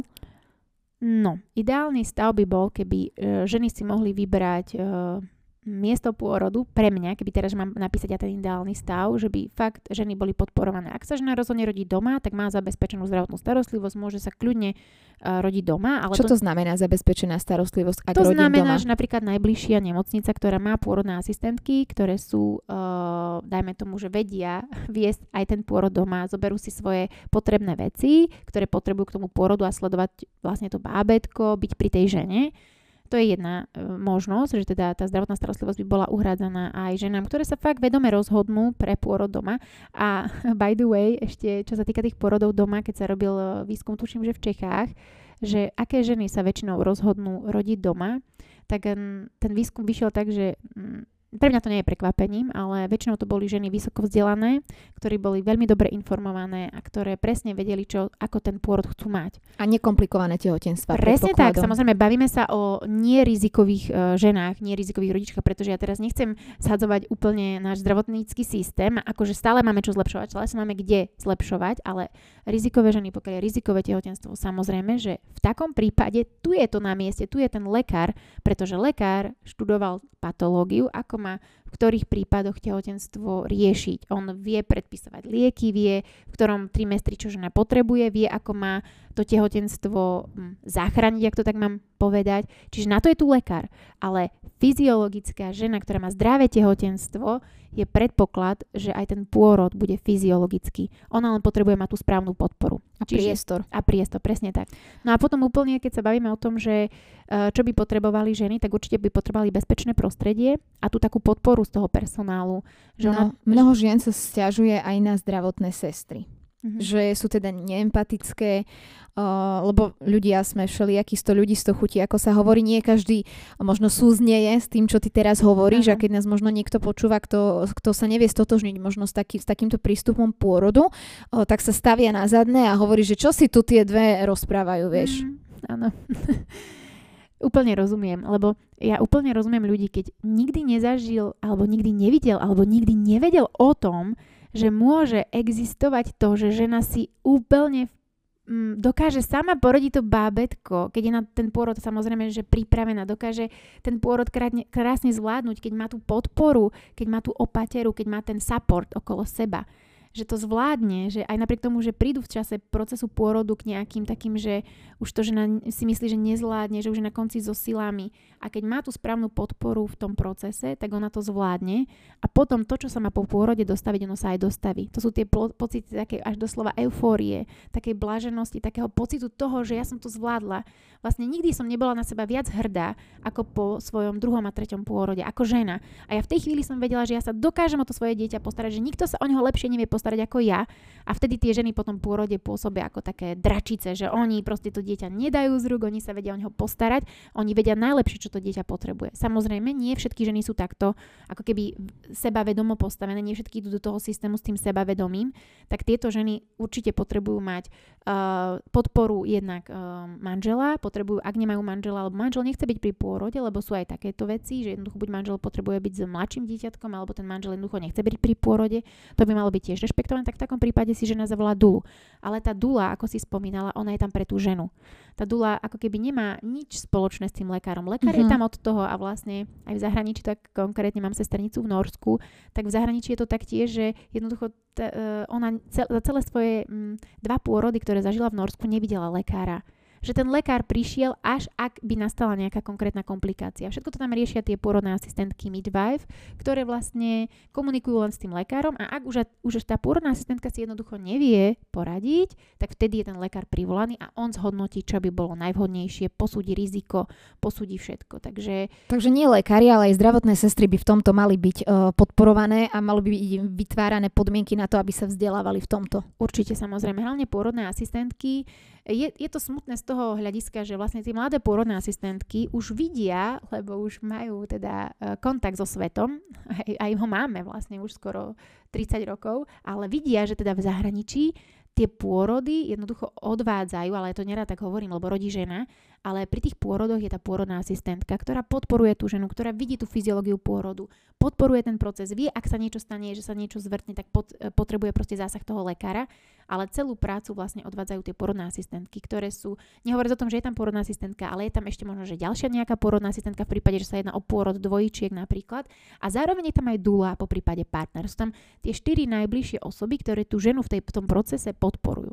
No, ideálny stav by bol, keby e, ženy si mohli vybrať e, miesto pôrodu, pre mňa, keby teraz mám napísať ja ten ideálny stav, že by fakt ženy boli podporované. Ak sa žena rozhodne rodiť doma, tak má zabezpečenú zdravotnú starostlivosť, môže sa kľudne uh, rodiť doma. Ale Čo to, to znamená zabezpečená starostlivosť, ak to rodím znamená, doma? že napríklad najbližšia nemocnica, ktorá má pôrodné asistentky, ktoré sú, uh, dajme tomu, že vedia viesť aj ten pôrod doma, zoberú si svoje potrebné veci, ktoré potrebujú k tomu pôrodu a sledovať vlastne to bábätko, byť pri tej žene. To je jedna e, možnosť, že teda tá zdravotná starostlivosť by bola uhrádzaná aj ženám, ktoré sa fakt vedome rozhodnú pre pôrod doma. A by the way, ešte čo sa týka tých pôrodov doma, keď sa robil výskum, tuším, že v Čechách, že aké ženy sa väčšinou rozhodnú rodiť doma, tak ten výskum vyšiel tak, že pre mňa to nie je prekvapením, ale väčšinou to boli ženy vysoko vzdelané, ktorí boli veľmi dobre informované a ktoré presne vedeli, čo, ako ten pôrod chcú mať. A nekomplikované tehotenstva. Presne tak, samozrejme, bavíme sa o nerizikových uh, ženách, nerizikových rodičkách, pretože ja teraz nechcem zhadzovať úplne náš zdravotnícky systém, akože stále máme čo zlepšovať, stále sa máme kde zlepšovať, ale rizikové ženy, pokiaľ je rizikové tehotenstvo, samozrejme, že v takom prípade tu je to na mieste, tu je ten lekár, pretože lekár študoval patológiu, ako má v ktorých prípadoch tehotenstvo riešiť. On vie predpisovať lieky, vie, v ktorom trimestri čo žena potrebuje, vie, ako má to tehotenstvo zachrániť, ak to tak mám povedať. Čiže na to je tu lekár. Ale fyziologická žena, ktorá má zdravé tehotenstvo, je predpoklad, že aj ten pôrod bude fyziologický. Ona len potrebuje mať tú správnu podporu. A priestor. Čiže, a priestor, presne tak. No a potom úplne, keď sa bavíme o tom, že čo by potrebovali ženy, tak určite by potrebovali bezpečné prostredie a tú takú podporu z toho personálu. Že no, ona, mnoho žien sa sťažuje aj na zdravotné sestry. Mm-hmm. Že sú teda neempatické, uh, lebo ľudia sme všelijakí sto ľudí, sto chutí, ako sa hovorí, nie každý možno súznieje s tým, čo ty teraz hovoríš, a keď nás možno niekto počúva, kto, kto sa nevie stotožniť možno s, taký, s takýmto prístupom pôrodu, uh, tak sa stavia na zadné a hovorí, že čo si tu tie dve rozprávajú, vieš. Mm, áno. Úplne rozumiem, lebo ja úplne rozumiem ľudí, keď nikdy nezažil, alebo nikdy nevidel, alebo nikdy nevedel o tom, že môže existovať to, že žena si úplne mm, dokáže sama porodiť to bábätko, keď je na ten pôrod samozrejme, že pripravená, dokáže ten pôrod krásne, krásne zvládnuť, keď má tú podporu, keď má tú opateru, keď má ten support okolo seba. Že to zvládne, že aj napriek tomu, že prídu v čase procesu pôrodu k nejakým takým, že už to žena si myslí, že nezvládne, že už je na konci so silami. A keď má tú správnu podporu v tom procese, tak ona to zvládne. A potom to, čo sa má po pôrode dostaviť, ono sa aj dostaví. To sú tie plo- pocity také až doslova eufórie, takej bláženosti, takého pocitu toho, že ja som to zvládla. Vlastne nikdy som nebola na seba viac hrdá, ako po svojom druhom a treťom pôrode, ako žena. A ja v tej chvíli som vedela, že ja sa dokážem o to svoje dieťa postarať, že nikto sa o neho lepšie nevie postarať ako ja. A vtedy tie ženy potom po pôrode pôsobia ako také dračice, že oni proste to dieťa nedajú z rúk, oni sa vedia o neho postarať, oni vedia najlepšie, čo to dieťa potrebuje. Samozrejme, nie všetky ženy sú takto, ako keby sebavedomo postavené, nie všetky idú do toho systému s tým sebavedomím, tak tieto ženy určite potrebujú mať uh, podporu jednak uh, manžela, potrebujú, ak nemajú manžela, alebo manžel nechce byť pri pôrode, lebo sú aj takéto veci, že jednoducho buď manžel potrebuje byť s mladším dieťatkom, alebo ten manžel jednoducho nechce byť pri pôrode, to by malo byť tiež rešpektované, tak v takom prípade si žena zavolá dulu. Ale tá dula, ako si spomínala, ona je tam pre tú ženu. Tá dula ako keby nemá nič spoločné s tým lekárom. Lekár uh-huh. je tam od toho a vlastne aj v zahraničí, tak konkrétne mám sesternicu v Norsku, tak v zahraničí je to tak tiež, že jednoducho t- ona cel- za celé svoje m, dva pôrody, ktoré zažila v Norsku, nevidela lekára. Že ten lekár prišiel, až ak by nastala nejaká konkrétna komplikácia. Všetko to tam riešia tie pôrodné asistentky midwife, ktoré vlastne komunikujú len s tým lekárom, a ak už, už tá pôrodná asistentka si jednoducho nevie poradiť, tak vtedy je ten lekár privolaný a on zhodnotí, čo by bolo najvhodnejšie, posúdi riziko, posúdi všetko. Takže, Takže nie lekári, ale aj zdravotné sestry by v tomto mali byť uh, podporované a malo by byť vytvárané podmienky na to, aby sa vzdelávali v tomto. Určite, samozrejme. Hlavne pôrodné asistentky. Je, je to smutné z toho hľadiska, že vlastne tie mladé pôrodné asistentky už vidia, lebo už majú teda kontakt so svetom, aj, aj ho máme vlastne už skoro tridsať rokov, ale vidia, že teda v zahraničí tie pôrody jednoducho odvádzajú, ale to nerad tak hovorím, lebo rodí žena, ale pri tých pôrodoch je tá pôrodná asistentka, ktorá podporuje tú ženu, ktorá vidí tú fyziológiu pôrodu, podporuje ten proces, vie, ak sa niečo stane, že sa niečo zvrtne, tak pot, potrebuje proste zásah toho lekára, ale celú prácu vlastne odvádzajú tie pôrodné asistentky, ktoré sú, nehovoriac o tom, že je tam pôrodná asistentka, ale je tam ešte možno, že ďalšia nejaká pôrodná asistentka v prípade, že sa jedná o pôrod dvojčiek napríklad, a zároveň je tam aj dula, po prípade partner. Sú tam tie štyri najbližšie osoby, ktoré tú ženu v, tej, v tom procese podporujú.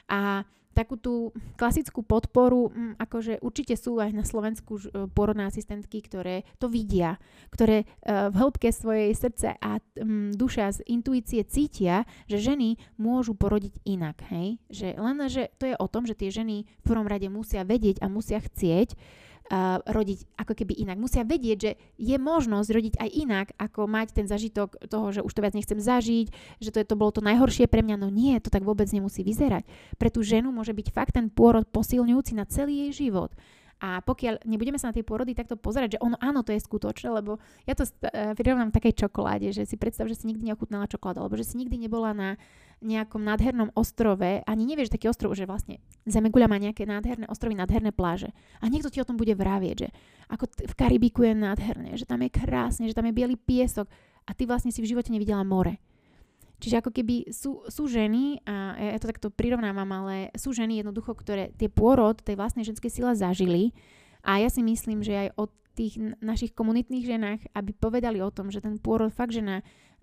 A takú tú klasickú podporu, hm, akože určite sú aj na Slovensku pôrodné asistentky, ktoré to vidia, ktoré uh, v hĺbke svojej srdce a um, duša z intuície cítia, že ženy môžu porodiť inak, hej? Že len, že to je o tom, že tie ženy v prvom rade musia vedieť a musia chcieť Uh, rodiť ako keby inak. Musia vedieť, že je možnosť rodiť aj inak, ako mať ten zažitok toho, že už to viac nechcem zažiť, že to, je, to bolo to najhoršie pre mňa. No nie, to tak vôbec nemusí vyzerať. Pre tú ženu môže byť fakt ten pôrod posilňujúci na celý jej život. A pokiaľ nebudeme sa na tie pôrody takto pozerať, že ono áno, to je skutočné, lebo ja to uh, prirovnám takej čokoláde, že si predstav, že si nikdy neochutnala čokoládu, alebo že si nikdy nebola na nejakom nádhernom ostrove, ani nevieš taký ostrov, že vlastne Zemeguľa má nejaké nádherné ostrovy, nádherné pláže. A niekto ti o tom bude vravieť, že ako t- v Karibiku je nádherné, že tam je krásne, že tam je biely piesok a ty vlastne si v živote nevidela more. Čiže ako keby sú, sú ženy, a ja to takto prirovnávam, ale sú ženy jednoducho, ktoré tie pôrod tej vlastnej ženskej sile zažili a ja si myslím, že aj od tých našich komunitných ženách, aby povedali o tom, že ten pôrod fakt žena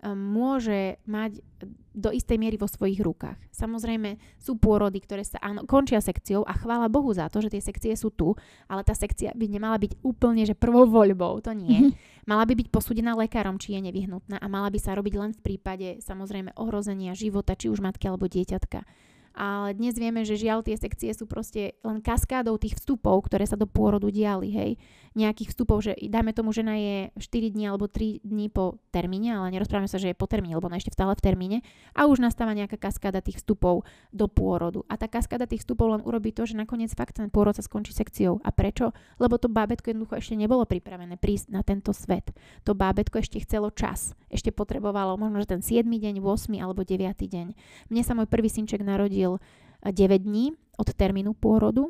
môže mať do istej miery vo svojich rukách. Samozrejme sú pôrody, ktoré sa áno, končia sekciou a chvála Bohu za to, že tie sekcie sú tu, ale tá sekcia by nemala byť úplne, že prvou voľbou, to nie. Mm-hmm. Mala by byť posúdená lekárom, či je nevyhnutná a mala by sa robiť len v prípade samozrejme ohrozenia života, či už matky alebo dieťatka. Ale dnes vieme, že žiaľ tie sekcie sú proste len kaskádou tých vstupov, ktoré sa do pôrodu diali, hej. Nejakých vstupov, že dajme tomu, žena je štyri dní alebo tri dní po termíne, ale nerozprávame sa, že je po termíne, lebo ona ešte stále v termíne a už nastáva nejaká kaskáda tých vstupov do pôrodu. A tá kaskáda tých vstupov len urobí to, že nakoniec fakt ten pôrod sa skončí sekciou. A prečo? Lebo to bábätko jednoducho ešte nebolo pripravené prísť na tento svet. To bábätko ešte chcelo čas. Ešte potrebovalo možno, že ten siedmy deň, ôsmy alebo deviaty deň. Mne sa môj prvý synček narodil deväť dní od termínu pôrodu,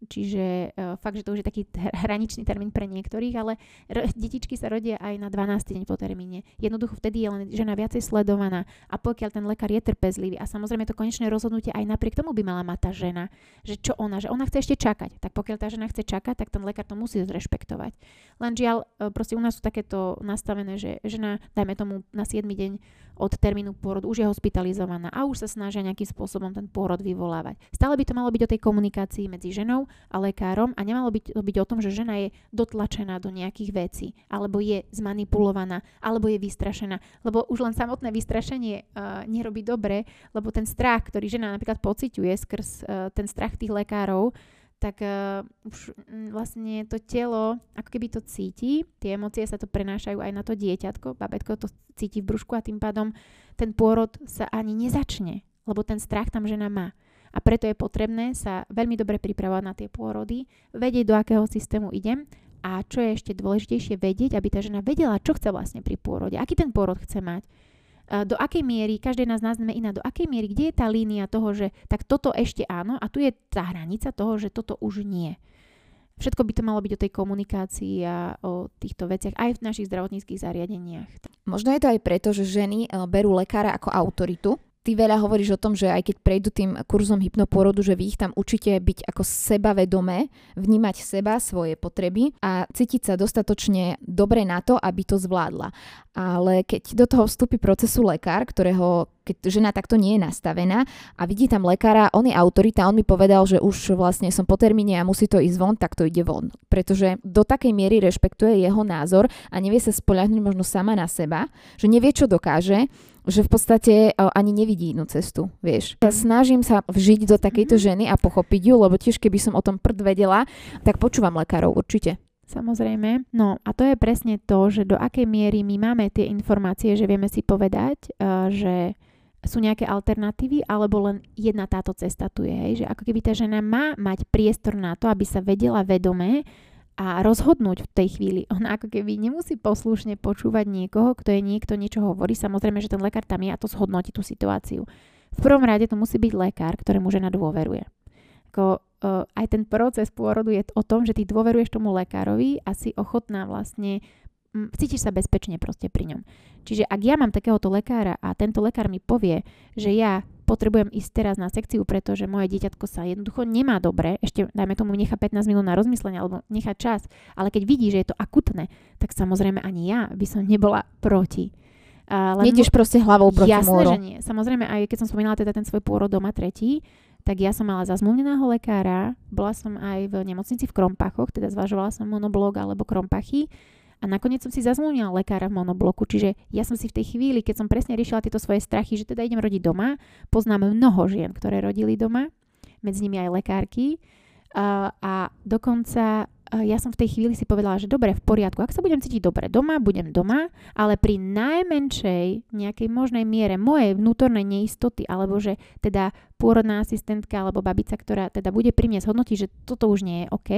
čiže uh, fakt, že to už je taký hraničný termín pre niektorých, ale r- detičky sa rodia aj na dvanásty deň po termíne. Jednoducho vtedy je len žena viacej sledovaná a pokiaľ ten lekár je trpezlivý a samozrejme to konečné rozhodnutie aj napriek tomu by mala mať tá žena, že čo ona, že ona chce ešte čakať, tak pokiaľ tá žena chce čakať, tak ten lekár to musí zrešpektovať. Len žiaľ, uh, proste u nás sú takéto nastavené, že žena, dajme tomu na siedmy deň od termínu pôrodu už je hospitalizovaná a už sa snažia nejakým spôsobom ten pôrod vyvolávať. Stále by to malo byť o tej komunikácii medzi ženou a lekárom a nemalo byť, byť o tom, že žena je dotlačená do nejakých vecí, alebo je zmanipulovaná, alebo je vystrašená. Lebo už len samotné vystrašenie uh, nerobí dobre, lebo ten strach, ktorý žena napríklad pociťuje skrz uh, ten strach tých lekárov, tak uh, už vlastne to telo, ako keby to cíti, tie emócie sa to prenášajú aj na to dieťatko, babetko to cíti v brúšku a tým pádom ten pôrod sa ani nezačne, lebo ten strach tam žena má. A preto je potrebné sa veľmi dobre pripravovať na tie pôrody, vedieť, do akého systému idem a čo je ešte dôležitejšie vedieť, aby tá žena vedela, čo chce vlastne pri pôrode, aký ten pôrod chce mať. Do akej miery, každé nás nazveme iná, do akej miery, kde je tá línia toho, že tak toto ešte áno a tu je tá hranica toho, že toto už nie. Všetko by to malo byť o tej komunikácii a o týchto veciach aj v našich zdravotníckych zariadeniach. Možno je to aj preto, že ženy berú lekára ako autoritu. Ty veľa hovoríš o tom, že aj keď prejdú tým kurzom hypnopôrodu, že vy ich tam učíte byť ako sebavedomé, vnímať seba, svoje potreby a cítiť sa dostatočne dobre na to, aby to zvládla. Ale keď do toho vstúpi procesu lekár, ktorého, keď žena takto nie je nastavená a vidí tam lekára, on je autorita, on mi povedal, že už vlastne som po termíne a musí to ísť von, tak to ide von. Pretože do takej miery rešpektuje jeho názor a nevie sa spoľahnúť možno sama na seba, že nevie, čo dokáže, že v podstate ani nevidí inú cestu, vieš. Ja snažím sa vžiť do takejto ženy a pochopiť ju, lebo tiež keby som o tom prd vedela, tak počúvam lekárov určite. Samozrejme. No a to je presne to, že do akej miery my máme tie informácie, že vieme si povedať, uh, že sú nejaké alternatívy, alebo len jedna táto cesta tu je. Hej? Že ako keby tá žena má mať priestor na to, aby sa vedela vedomé a rozhodnúť v tej chvíli. Ona ako keby nemusí poslušne počúvať niekoho, kto je niekto niečo hovorí. Samozrejme, že ten lekár tam je a to zhodnotí tú situáciu. V prvom rade to musí byť lekár, ktorému žena dôveruje. Ako, uh, aj ten proces pôrodu je o tom, že ty dôveruješ tomu lekárovi a si ochotná vlastne, m, cítiš sa bezpečne proste pri ňom. Čiže ak ja mám takéhoto lekára a tento lekár mi povie, že ja potrebujem ísť teraz na sekciu, pretože moje dieťatko sa jednoducho nemá dobre, ešte dajme tomu nechá pätnásť minút na rozmyslenie alebo nechá čas, ale keď vidí, že je to akutné, tak samozrejme ani ja by som nebola proti. Uh, Nejdeš proste hlavou proti jasné, múru. Že nie. Samozrejme, aj keď som spomínala teda ten svoj pôrod doma tretí, tak ja som mala zazmluvneného lekára, bola som aj v nemocnici v Krompachoch, teda zvažovala som monoblok alebo Krompachy a nakoniec som si zazmluvnila lekára v monobloku, čiže ja som si v tej chvíli, keď som presne riešila tieto svoje strachy, že teda idem rodiť doma, poznám mnoho žien, ktoré rodili doma, medzi nimi aj lekárky a, a dokonca ja som v tej chvíli si povedala, že dobre, v poriadku, ak sa budem cítiť dobre doma, budem doma, ale pri najmenšej nejakej možnej miere mojej vnútornej neistoty, alebo že teda pôrodná asistentka alebo babica, ktorá teda bude pri mne zhodnotiť, že toto už nie je OK,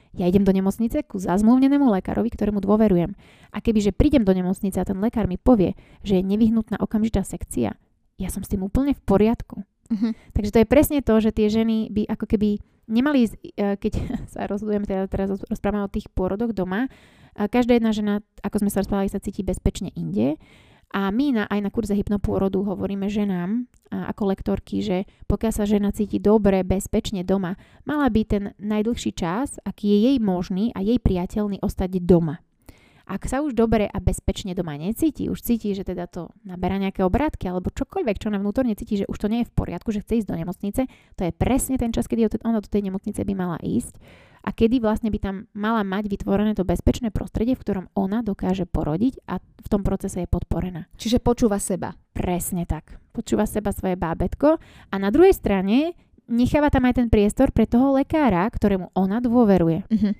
Ja idem do nemocnice ku zazmluvnenému lekárovi, ktorému dôverujem. A kebyže prídem do nemocnice a ten lekár mi povie, že je nevyhnutná okamžitá sekcia, ja som s tým úplne v poriadku. Uh-huh. Takže to je presne to, že tie ženy by ako keby nemali, keď sa rozhodujeme, teda teraz rozprávame o tých pôrodoch doma, každá jedna žena, ako sme sa rozprávali, sa cíti bezpečne inde. A my na, aj na kurze hypnopôrodu hovoríme ženám ako lektorky, že pokiaľ sa žena cíti dobre, bezpečne doma, mala by ten najdlhší čas, aký je jej možný a jej priateľný, ostať doma. Ak sa už dobre a bezpečne doma necíti, už cíti, že teda to naberá nejaké obrátky alebo čokoľvek, čo na vnútorne cíti, že už to nie je v poriadku, že chce ísť do nemocnice, to je presne ten čas, kedy ona do tej nemocnice by mala ísť a kedy vlastne by tam mala mať vytvorené to bezpečné prostredie, v ktorom ona dokáže porodiť a v tom procese je podporená. Čiže počúva seba. Presne tak. Počúva seba svoje bábätko a na druhej strane necháva tam aj ten priestor pre toho lekára, ktorému ona dôveruje. Uh-huh.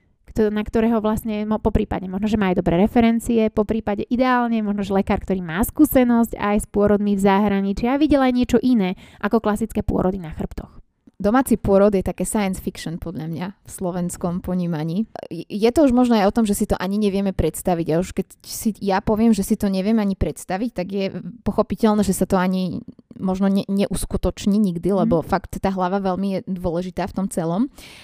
Na ktorého vlastne, po prípade možno, že má aj dobré referencie, po prípade ideálne, možno, že lekár, ktorý má skúsenosť aj s pôrodmi v zahraničí a videl aj niečo iné ako klasické pôrody na chrbtoch. Domáci pôrod je také science fiction podľa mňa v slovenskom ponímaní. Je to už možno aj o tom, že si to ani nevieme predstaviť. A už keď si ja poviem, že si to neviem ani predstaviť, tak je pochopiteľné, že sa to ani možno ne, neuskutoční nikdy, lebo mm. fakt tá hlava veľmi je dôležitá v tom celom.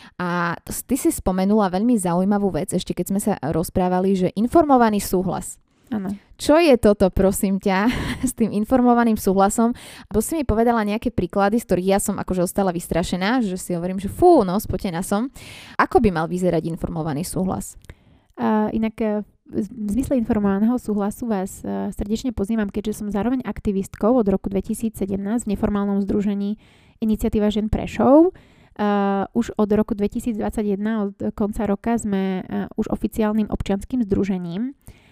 A ty si spomenula veľmi zaujímavú vec, ešte keď sme sa rozprávali, že informovaný súhlas. Áno. Čo je toto, prosím ťa, s tým informovaným súhlasom? Bo si mi povedala nejaké príklady, z ktorých ja som akože ostala vystrašená, že si hovorím, že fú, no, spotená som. Ako by mal vyzerať informovaný súhlas? Uh, inak uh, v zmysle informovaného súhlasu vás uh, srdečne pozývam, keďže som zároveň aktivistkou od roku dvetisícsedemnásť v neformálnom združení Iniciatíva žien Prešov. Uh, už od roku dvetisícdvadsaťjeden, od konca roka, sme uh, už oficiálnym občianskym združením.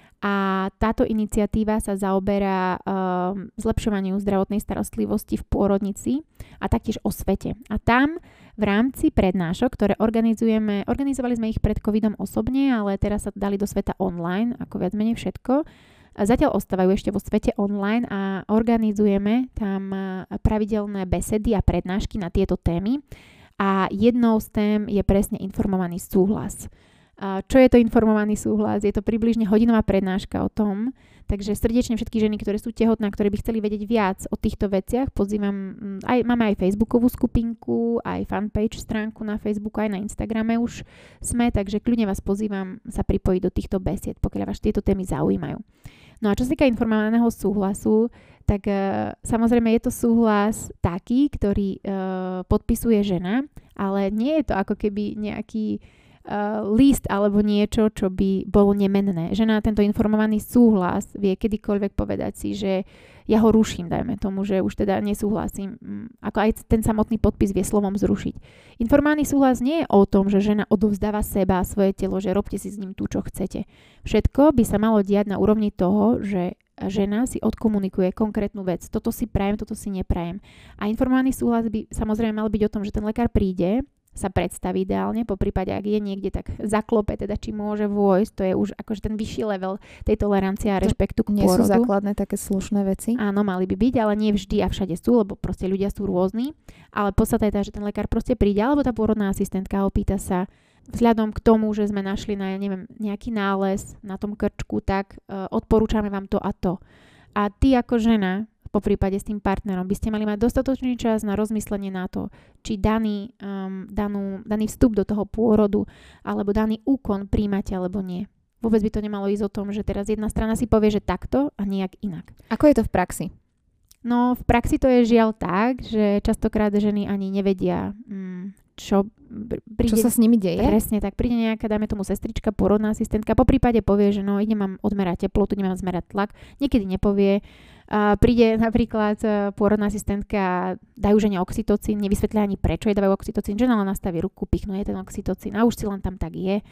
A táto iniciatíva sa zaoberá um, zlepšovaniu zdravotnej starostlivosti v pôrodnici a taktiež o svete. A tam v rámci prednášok, ktoré organizujeme, organizovali sme ich pred covidom osobne, ale teraz sa dali do sveta online, ako viac menej všetko. Zatiaľ ostávajú ešte vo svete online a organizujeme tam pravidelné besedy a prednášky na tieto témy. A jednou z tém je presne informovaný súhlas. Čo je to informovaný súhlas? Je to približne hodinová prednáška o tom, takže srdečne všetky ženy, ktoré sú tehotné, ktoré by chceli vedieť viac o týchto veciach, pozývam, aj, máme aj facebookovú skupinku, aj fanpage stránku na Facebooku, aj na Instagrame už sme, takže kľudne vás pozývam sa pripojiť do týchto besied, pokiaľ vás tieto témy zaujímajú. No a čo sa týka informovaného súhlasu, tak uh, samozrejme je to súhlas taký, ktorý uh, podpisuje žena, ale nie je to ako keby nejaký Uh, list alebo niečo, čo by bolo nemenné. Žena tento informovaný súhlas vie kedykoľvek povedať si, že ja ho ruším, dajme tomu, že už teda nesúhlasím. Ako aj ten samotný podpis vie slovom zrušiť. Informovaný súhlas nie je o tom, že žena odovzdáva seba a svoje telo, že robte si s ním tu, čo chcete. Všetko by sa malo diať na úrovni toho, že žena si odkomunikuje konkrétnu vec. Toto si prajem, toto si neprajem. A informovaný súhlas by samozrejme mal byť o tom, že ten lekár príde, sa predstaví ideálne, po prípade, ak je niekde, tak zaklope, teda či môže vojsť, to je už akože ten vyšší level tej tolerancie a rešpektu k pôrodu. Nie sú základné také slušné veci? Áno, mali by byť, ale nie vždy a všade sú, lebo proste ľudia sú rôzni, ale podstata je tá, že ten lekár proste príde, alebo tá pôrodná asistentka opýta sa, vzhľadom k tomu, že sme našli na, neviem, nejaký nález na tom krčku, tak uh, odporúčame vám to a to. A ty ako žena, po prípade s tým partnerom, by ste mali mať dostatočný čas na rozmyslenie na to, či daný, um, danú, daný vstup do toho pôrodu alebo daný úkon príjmate alebo nie. Vôbec by to nemalo ísť o tom, že teraz jedna strana si povie, že takto a nejak inak. Ako je to v praxi? No v praxi to je žiaľ tak, že častokrát ženy ani nevedia, um, čo príde, čo sa s nimi deje? Presne tak, príde nejaká, dajme tomu sestrička, pôrodná asistentka, po prípade povie, že no idem mám odmerať teplotu, idem mám zmerať tlak, niekedy nepovie. Uh, príde napríklad uh, pôrodná asistentka a dajú žene oxytocín, nevysvetlia ani prečo jej dávajú oxytocín, žena len nastaví ruku, pichnú je ten oxytocín a už si len tam tak je.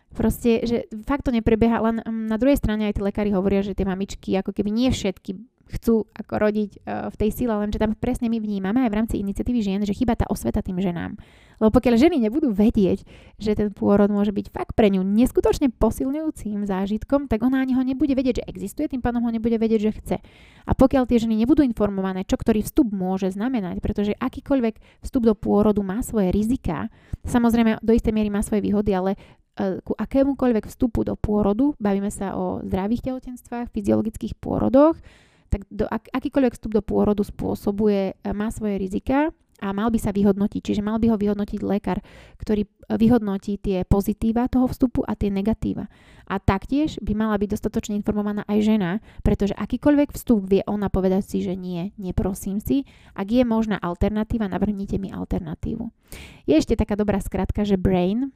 Proste, že fakt to neprebieha, len um, na druhej strane aj tí lekári hovoria, že tie mamičky, ako keby nie všetky chcú ako rodiť uh, v tej sile, lenže tam presne my vnímame aj v rámci iniciatívy žien, že chýba tá osveta tým ženám. Lebo pokiaľ ženy nebudú vedieť, že ten pôrod môže byť fakt pre ňu neskutočne posilňujúcim zážitkom, tak ona ani ho nebude vedieť, že existuje, tým pádom ho nebude vedieť, že chce. A pokiaľ tie ženy nebudú informované, čo ktorý vstup môže znamenať, pretože akýkoľvek vstup do pôrodu má svoje riziká, samozrejme do istej miery má svoje výhody, ale ku akémukoľvek vstupu do pôrodu, bavíme sa o zdravých tehotenstvách, fyziologických pôrodoch, tak do, ak, akýkoľvek vstup do pôrodu spôsobuje, má svoje rizika a mal by sa vyhodnotiť. Čiže mal by ho vyhodnotiť lekár, ktorý vyhodnotí tie pozitíva toho vstupu a tie negatíva. A taktiež by mala byť dostatočne informovaná aj žena, pretože akýkoľvek vstup vie ona povedať si, že nie, neprosím si. Ak je možná alternatíva, navrhnite mi alternatívu. Je ešte taká dobrá skratka, že brain,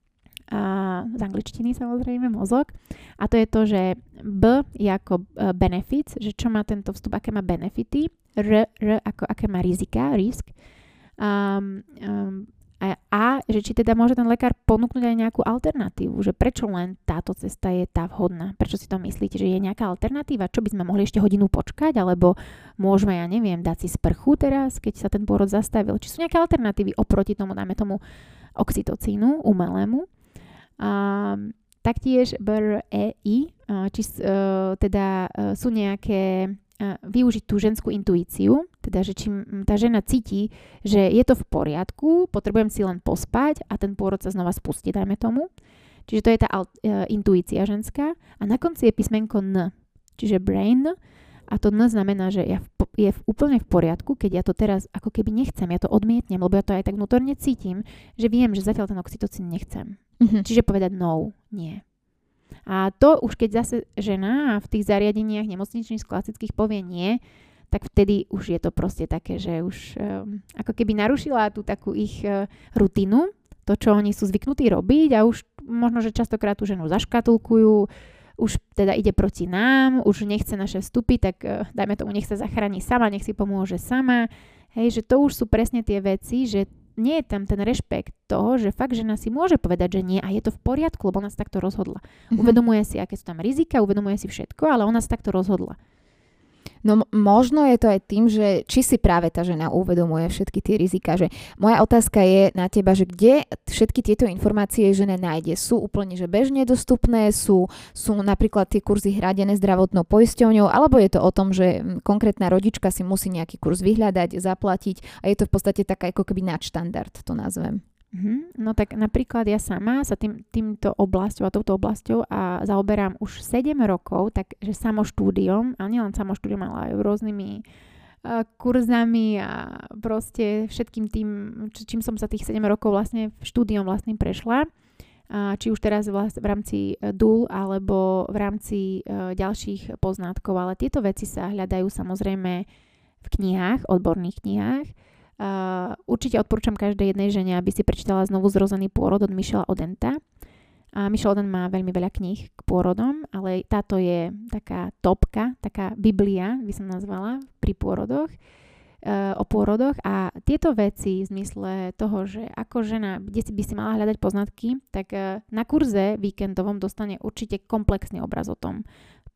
a z angličtiny samozrejme, mozog. A to je to, že B je ako benefits, že čo má tento vstup, aké má benefity, R, R ako aké má rizika, risk. Um, um, a A, že či teda môže ten lekár ponúknuť aj nejakú alternatívu, že prečo len táto cesta je tá vhodná. Prečo si to myslíte, že je nejaká alternatíva? Čo by sme mohli ešte hodinu počkať? Alebo môžeme, ja neviem, dať si sprchu teraz, keď sa ten pôrod zastavil? Či sú nejaké alternatívy oproti tomu, dajme tomu oxytocínu umelému? Um, taktiež B R E I, uh, či uh, teda uh, sú nejaké uh, využiť tú ženskú intuíciu, teda že čím tá žena cíti, že je to v poriadku, potrebujem si len pospať a ten pôrod sa znova spustí, dajme tomu. Čiže to je tá uh, intuícia ženská. A na konci je písmenko N, čiže brain. A to N znamená, že ja v, je v, úplne v poriadku, keď ja to teraz ako keby nechcem, ja to odmietnem, lebo ja to aj tak vnútorne cítim, že viem, že zatiaľ ten oxytocín nechcem. Mm-hmm. Čiže povedať no, nie. A to už keď zase žena v tých zariadeniach nemocničných klasických povie nie, tak vtedy už je to proste také, že už um, ako keby narušila tú takú ich uh, rutinu, to, čo oni sú zvyknutí robiť a už možno, že častokrát tú ženu zaškatulkujú, už teda ide proti nám, už nechce naše vstupy, tak uh, dajme tomu, nech sa zachráni sama, nech si pomôže sama. Hej, že to už sú presne tie veci, že nie je tam ten rešpekt toho, že fakt žena si môže povedať, že nie a je to v poriadku, lebo ona sa takto rozhodla. Mm-hmm. Uvedomuje si, aké sú tam rizika, uvedomuje si všetko, ale ona sa takto rozhodla. No možno je to aj tým, že či si práve tá žena uvedomuje všetky tie rizika, že moja otázka je na teba, že kde všetky tieto informácie žena nájde? Sú úplne že bežne dostupné, sú, sú napríklad tie kurzy hradené zdravotnou poisťovňou, alebo je to o tom, že konkrétna rodička si musí nejaký kurz vyhľadať, zaplatiť a je to v podstate taká ako keby nadštandard, to nazvem. Mm-hmm. No tak napríklad ja sama sa tým, týmto oblasťou a touto oblasťou a zaoberám už sedem rokov, takže samoštúdiom, a nielen samoštúdiom, ale aj rôznymi uh, kurzami a proste všetkým tým, č- čím som sa tých sedem rokov vlastne štúdiom vlastným prešla. Uh, či už teraz vlast, v rámci uh, D U L alebo v rámci uh, ďalších poznatkov, ale tieto veci sa hľadajú samozrejme v knihách, odborných knihách. Uh, určite odporúčam každej jednej žene, aby si prečítala Znovu zrozený pôrod od Michela Odenta. A Michel Odent má veľmi veľa kníh k pôrodom, ale táto je taká topka, taká biblia, by som nazvala, pri pôrodoch, uh, o pôrodoch. A tieto veci v zmysle toho, že ako žena, kde si by si mala hľadať poznatky, tak uh, na kurze víkendovom dostane určite komplexný obraz o tom.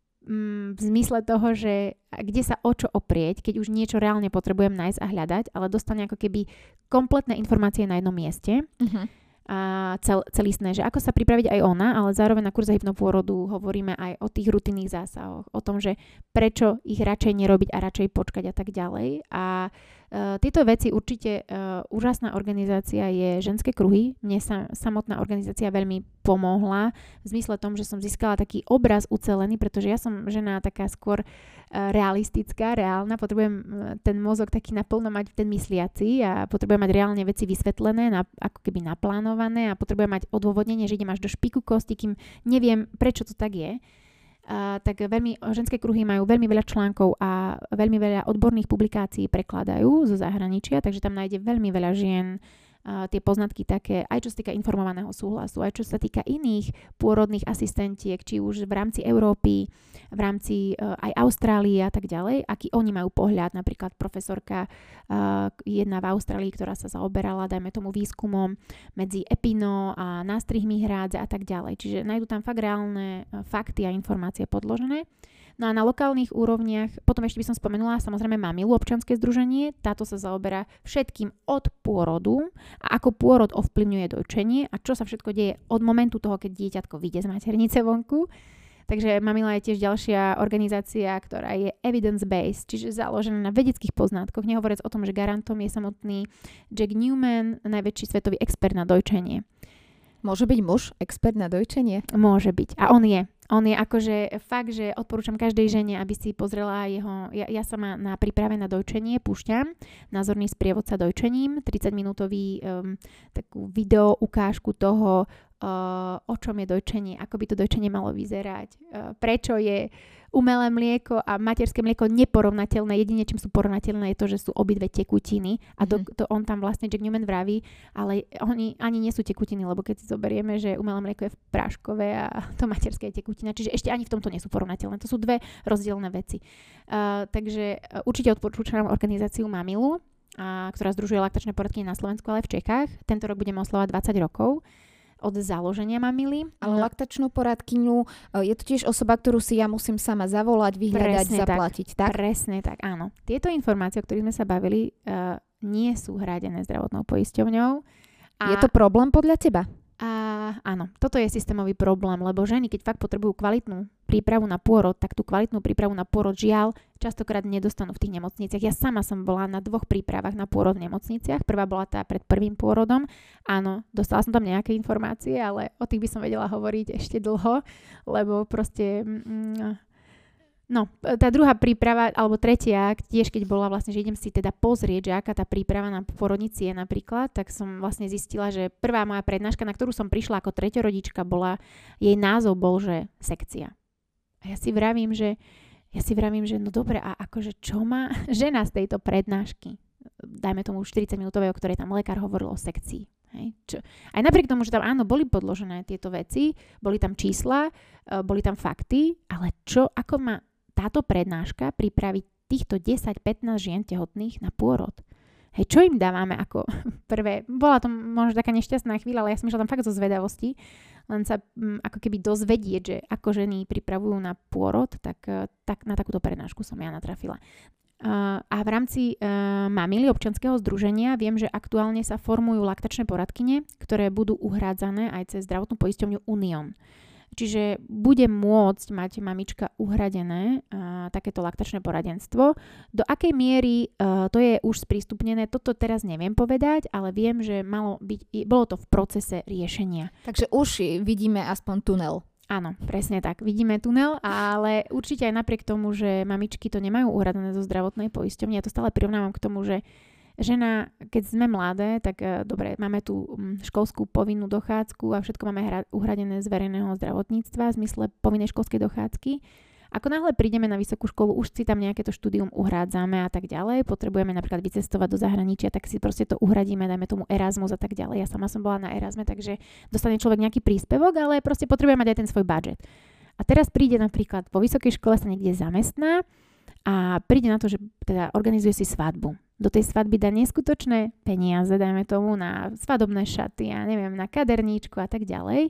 V zmysle toho, že kde sa o čo oprieť, keď už niečo reálne potrebujem nájsť a hľadať, ale dostane ako keby kompletné informácie na jednom mieste. Uh-huh. A cel, celistné, že ako sa pripraviť aj ona, ale zároveň na kurze hypnopôrodu hovoríme aj o tých rutinných zásahoch, o tom, že prečo ich radšej nerobiť a radšej počkať a tak ďalej. A uh, tieto veci určite uh, úžasná organizácia je Ženské kruhy. Mne sa samotná organizácia veľmi pomohla v zmysle tom, že som získala taký obraz ucelený, pretože ja som žena taká skôr uh, realistická, reálna, potrebujem uh, ten mozog taký naplno mať ten mysliaci a potrebujem mať reálne veci vysvetlené, na, ako keby naplánované a potrebujem mať odôvodnenie, že idem až do špiku kosti, kým neviem, prečo to tak je. Uh, tak veľmi, ženské kruhy majú veľmi veľa článkov a veľmi veľa odborných publikácií prekladajú zo zahraničia, takže tam nájde veľmi veľa žien uh, tie poznatky také, aj čo sa týka informovaného súhlasu, aj čo sa týka iných pôrodných asistentiek, či už v rámci Európy, v rámci uh, aj Austrálie a tak ďalej, aký oni majú pohľad, napríklad profesorka uh, jedna v Austrálii, ktorá sa zaoberala, dajme tomu, výskumom medzi epino a nástrihmi hrádze a tak ďalej. Čiže nájdú tam fakt reálne uh, fakty a informácie podložené. No a na lokálnych úrovniach, potom ešte by som spomenula samozrejme Mamilu, občianske združenie, táto sa zaoberá všetkým od pôrodu a ako pôrod ovplyvňuje dojčenie a čo sa všetko deje od momentu toho, keď dieťatko vyjde z maternice vonku. Takže Mamila je tiež ďalšia organizácia, ktorá je evidence-based, čiže založená na vedeckých poznatkoch, nehovoriac o tom, že garantom je samotný Jack Newman, najväčší svetový expert na dojčenie. Môže byť muž expert na dojčenie? Môže byť. A on je. On je akože fakt, že odporúčam každej žene, aby si pozrela jeho, ja, ja sa ma na príprave na dojčenie púšťam, názorný sprievodca dojčením, tridsaťminútový um, takú video ukážku toho, uh, o čom je dojčenie, ako by to dojčenie malo vyzerať, uh, prečo je umelé mlieko a materské mlieko neporovnateľné. Jedine, čím sú porovnateľné, je to, že sú obidve tekutiny. A to, to on tam vlastne Jack Newman vraví, ale oni ani nie sú tekutiny, lebo keď si zoberieme, že umelé mlieko je v práškové a to materské je tekutina. Čiže ešte ani v tomto nie sú porovnateľné. To sú dve rozdielne veci. Uh, takže uh, určite odporúčam organizáciu Mamilu, uh, ktorá združuje laktačné poradkyne na Slovensku, ale aj v Čechách. Tento rok budeme oslavovať dvadsať rokov od založenia Mamily. Ale laktačnú poradkyňu je to tiež osoba, ktorú si ja musím sama zavolať, vyhľadať, presne zaplatiť, tak? tak? Presne tak, áno. Tieto informácie, o ktorých sme sa bavili, uh, nie sú hradené zdravotnou poisťovňou. A je to problém podľa teba? A áno, toto je systémový problém, lebo ženy, keď fakt potrebujú kvalitnú prípravu na pôrod, tak tú kvalitnú prípravu na pôrod žiaľ častokrát nedostanú v tých nemocniciach. Ja sama som bola na dvoch prípravách na pôrod v nemocniciach. Prvá bola tá pred prvým pôrodom. Áno, dostala som tam nejaké informácie, ale o tých by som vedela hovoriť ešte dlho, lebo proste... Mm, No, tá druhá príprava, alebo tretia, tiež keď bola vlastne, že idem si teda pozrieť, že aká tá príprava na pôrodnici je napríklad, tak som vlastne zistila, že prvá moja prednáška, na ktorú som prišla ako treťorodička, bola, jej názov bol, že sekcia. A ja si vravím, že, ja si vravím, že no dobre, a akože čo má žena z tejto prednášky? Dajme tomu štyridsaťminútovej, o ktorej tam lekár hovoril o sekcii. Hej, čo? Aj napriek tomu, že tam áno, boli podložené tieto veci, boli tam čísla, boli tam fakty, ale čo, ako má táto prednáška pripraviť týchto desať pätnásť žien tehotných na pôrod. Hej, čo im dávame ako prvé? Bola to možno taká nešťastná chvíľa, ale ja som išla tam fakt zo zvedavosti, len sa m, ako keby dozvedieť, že ako ženy pripravujú na pôrod, tak, tak na takúto prednášku som ja natrafila. Uh, a v rámci uh, Mamily, občianskeho združenia, viem, že aktuálne sa formujú laktačné poradkyne, ktoré budú uhrádzané aj cez zdravotnú poisťovňu Unión. Čiže bude môcť mať mamička uhradené uh, takéto laktačné poradenstvo. Do akej miery uh, to je už sprístupnené, toto teraz neviem povedať, ale viem, že malo byť, bolo to v procese riešenia. Takže už vidíme aspoň tunel. Áno, presne tak. Vidíme tunel, ale určite aj napriek tomu, že mamičky to nemajú uhradené zo zdravotnej poisťovne, ja to stále prirovnávam k tomu, že žena, keď sme mladé, tak uh, dobre, máme tú um, školskú povinnú dochádzku a všetko máme hra- uhradené z verejného zdravotníctva v zmysle povinnej školskej dochádzky. Ako náhle prídeme na vysokú školu, už si tam nejaké to štúdium uhrádzame a tak ďalej, potrebujeme napríklad vycestovať do zahraničia, tak si proste to uhradíme, dajme tomu Erasmus a tak ďalej. Ja sama som bola na Erasme, takže dostane človek nejaký príspevok, ale proste potrebuje mať aj ten svoj budget. A teraz príde napríklad po vysokej škole sa niekde zamestná a príde na to, že teda organizuje si svadbu. Do tej svadby dá neskutočné peniaze, dajme tomu, na svadobné šaty, ja neviem, na kaderníčku a tak ďalej.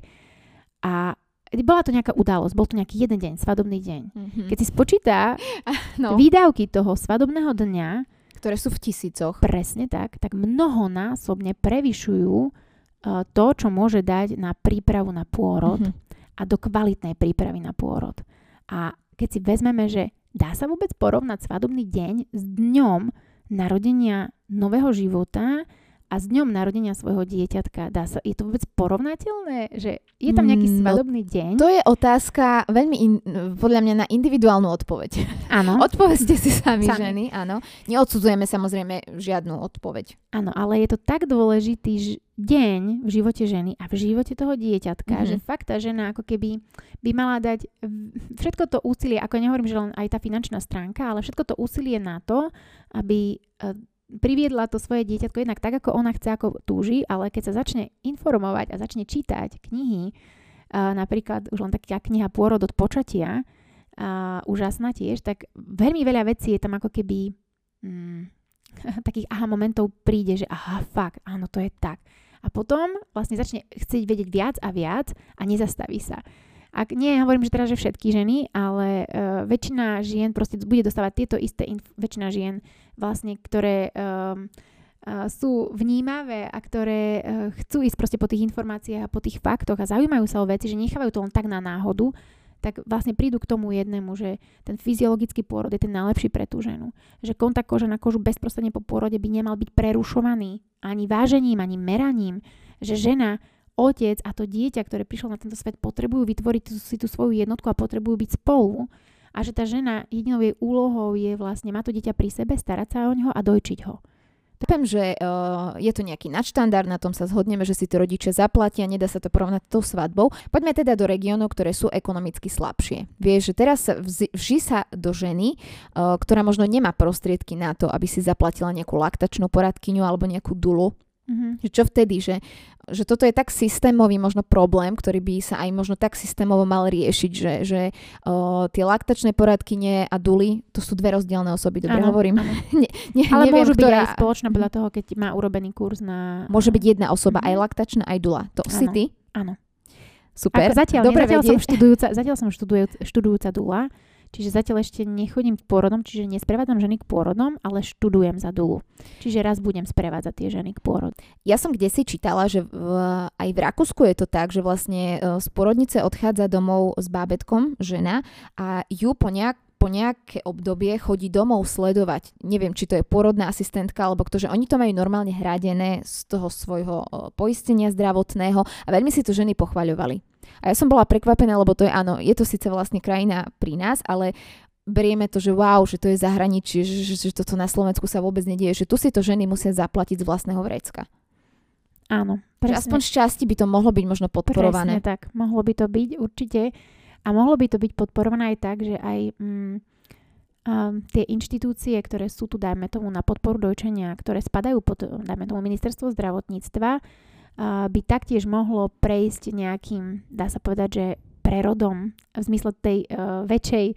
A bola to nejaká udalosť, bol to nejaký jeden deň, svadobný deň. Mm-hmm. Keď si spočíta no. výdavky toho svadobného dňa, ktoré sú v tisícoch, presne tak, tak mnohonásobne prevyšujú uh, to, čo môže dať na prípravu na pôrod mm-hmm. a do kvalitnej prípravy na pôrod. A keď si vezmeme, že dá sa vôbec porovnať svadobný deň s dňom narodenia nového života a s dňom narodenia svojho dieťatka. Dá sa, je to vôbec porovnateľné? Že je tam nejaký svadobný no, deň? To je otázka veľmi in, podľa mňa na individuálnu odpoveď. Áno. Odpovedzte si sami, sami, ženy, áno. Neodsudzujeme samozrejme žiadnu odpoveď. Áno, ale je to tak dôležitý ž- deň v živote ženy a v živote toho dieťatka, mm-hmm. že fakt tá žena ako keby by mala dať všetko to úsilie, ako nehovorím, že len aj tá finančná stránka, ale všetko to úsilie na to, aby priviedla to svoje dieťatko jednak tak, ako ona chce, ako túži, ale keď sa začne informovať a začne čítať knihy, uh, napríklad už len taká kniha Pôrod od počatia, uh, úžasná tiež, tak veľmi veľa vecí je tam ako keby um, takých aha momentov príde, že aha, fakt, áno, to je tak. A potom vlastne začne chcieť vedieť viac a viac a nezastaví sa. Ak nie, hovorím, že teraz, že všetky ženy, ale uh, väčšina žien proste bude dostávať tieto isté, inf- väčšina žien vlastne, ktoré um, uh, sú vnímavé a ktoré uh, chcú ísť proste po tých informáciách a po tých faktoch a zaujímajú sa o veci, že nechávajú to len tak na náhodu, tak vlastne prídu k tomu jednému, že ten fyziologický pôrod je ten najlepší pre tú ženu. Že kontakt kože na kožu bezprostredne po pôrode by nemal byť prerušovaný ani vážením, ani meraním, že žena, otec a to dieťa, ktoré prišlo na tento svet, potrebujú vytvoriť si tú svoju jednotku a potrebujú byť spolu. A že tá žena, jedinou jej úlohou je vlastne mať to dieťa pri sebe, starať sa o ňoho a dojčiť ho. Viem, že uh, je to nejaký nadštandard, na tom sa zhodneme, že si to rodičia zaplatia, nedá sa to porovnať s tou svadbou. Poďme teda do regiónov, ktoré sú ekonomicky slabšie. Vieš, že teraz vzi, vží sa do ženy, uh, ktorá možno nemá prostriedky na to, aby si zaplatila nejakú laktačnú poradkyňu alebo nejakú dulu. Mm-hmm. Čo vtedy, že, že toto je tak systémový možno problém, ktorý by sa aj možno tak systémovo mal riešiť, že, že uh, tie laktačné poradkyne a duly, to sú dve rozdielne osoby, dobre áno, hovorím. Áno. ne, ne, Ale neviem, môžu byť ktorá... aj spoločná podľa toho, keď má urobený kurz na... Môže byť jedna osoba, mm-hmm. aj laktačná, aj dula. To áno, si ty? Áno. Super. Ako zatiaľ, dobre, zatiaľ som študujúca, zatiaľ som študujúc, študujúca dula, čiže zatiaľ ešte nechodím k pôrodom, čiže nesprevádzam ženy k pôrodom, ale študujem za dulu. Čiže raz budem sprevádzať tie ženy k pôrodu. Ja som kdesi čítala, že v, aj v Rakúsku je to tak, že vlastne z pôrodnice odchádza domov s bábätkom žena a ju po nejak po nejaké obdobie chodí domov sledovať. Neviem, či to je pôrodná asistentka, alebo kto, že oni to majú normálne hradené z toho svojho poistenia zdravotného a veľmi si to ženy pochvaľovali. A ja som bola prekvapená, lebo to je áno, je to síce vlastne krajina pri nás, ale berieme to, že wow, že to je zahraničie, že, že, že toto na Slovensku sa vôbec nedieje, že tu si to ženy musia zaplatiť z vlastného vrecka. Áno, presne. Že aspoň šťastie by to mohlo byť možno podporované. Presne tak, mohlo by to byť určite. A mohlo by to byť podporované aj tak, že aj mm, um, tie inštitúcie, ktoré sú tu, dajme tomu, na podporu dojčenia, ktoré spadajú pod, dajme tomu, ministerstvo zdravotníctva, uh, by taktiež mohlo prejsť nejakým, dá sa povedať, že prerodom v zmysle tej uh, väčšej,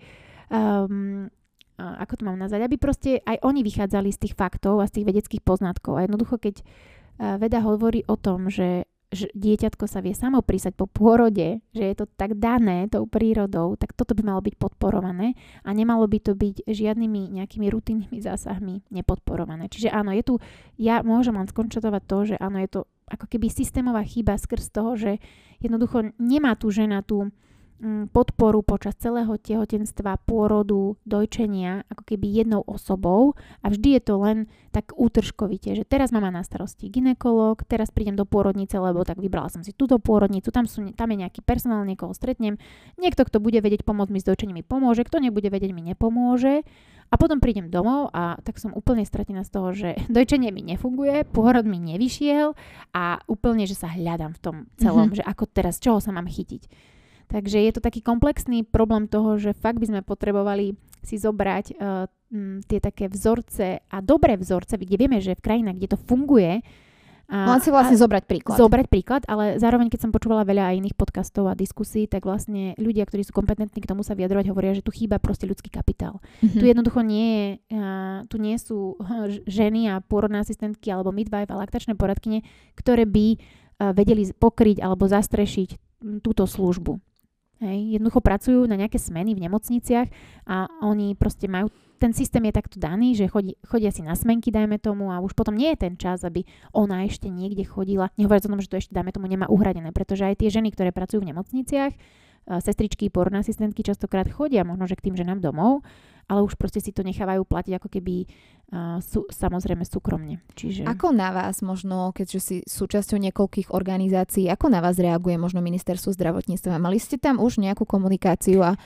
um, uh, ako to mám nazvať, aby proste aj oni vychádzali z tých faktov a z tých vedeckých poznatkov. A jednoducho, keď uh, veda hovorí o tom, že že dieťatko sa vie samo prísať po pôrode, že je to tak dané tou prírodou, tak toto by malo byť podporované a nemalo by to byť žiadnymi nejakými rutinnými zásahmi nepodporované. Čiže áno, je tu, ja môžem len skonštatovať to, že áno, je to ako keby systémová chyba skrz toho, že jednoducho nemá tu žena tú podporu počas celého tehotenstva, pôrodu, dojčenia, ako keby jednou osobou a vždy je to len tak útržkovite, že teraz mám na starosti gynekolog, teraz prídem do pôrodnice, lebo tak vybrala som si túto pôrodnicu, tam, sú, tam je nejaký personál, niekoho stretnem, niekto, kto bude vedieť pomôcť mi s dojčením, mi pomôže, kto nebude vedieť, mi nepomôže a potom prídem domov a tak som úplne stratená z toho, že dojčenie mi nefunguje, pôrod mi nevyšiel a úplne, že sa hľadám v tom celom, mm-hmm. že ako teraz, čoho sa mám chytiť. Takže je to taký komplexný problém toho, že fakt by sme potrebovali si zobrať uh, m, tie také vzorce a dobré vzorce, kde vieme, že v krajinách, kde to funguje. Uh, Len si vlastne zobrať príklad. Zobrať príklad, ale zároveň, keď som počúvala veľa aj iných podcastov a diskusí, tak vlastne ľudia, ktorí sú kompetentní k tomu sa vyjadrovať, hovoria, že tu chýba proste ľudský kapitál. Mm-hmm. Tu jednoducho nie je, uh, tu nie sú ženy a pôrodné asistentky alebo midwife a laktačné poradkyne, ktoré by uh, vedeli pokryť alebo zastrešiť túto službu. Hej, jednoducho pracujú na nejaké smeny v nemocniciach a oni proste majú, ten systém je takto daný, že chodí, chodia si na smenky, dajme tomu, a už potom nie je ten čas, aby ona ešte niekde chodila. Nehovoriac o tom, že to ešte, dajme tomu, nemá uhradené, pretože aj tie ženy, ktoré pracujú v nemocniciach, sestričky, pôrodné asistentky častokrát chodia možno, že k tým ženám domov, ale už proste si to nechávajú platiť ako keby uh, sú, samozrejme súkromne. Čiže... Ako na vás možno, keďže si súčasťou niekoľkých organizácií, ako na vás reaguje možno ministerstvo zdravotníctva? Mali ste tam už nejakú komunikáciu a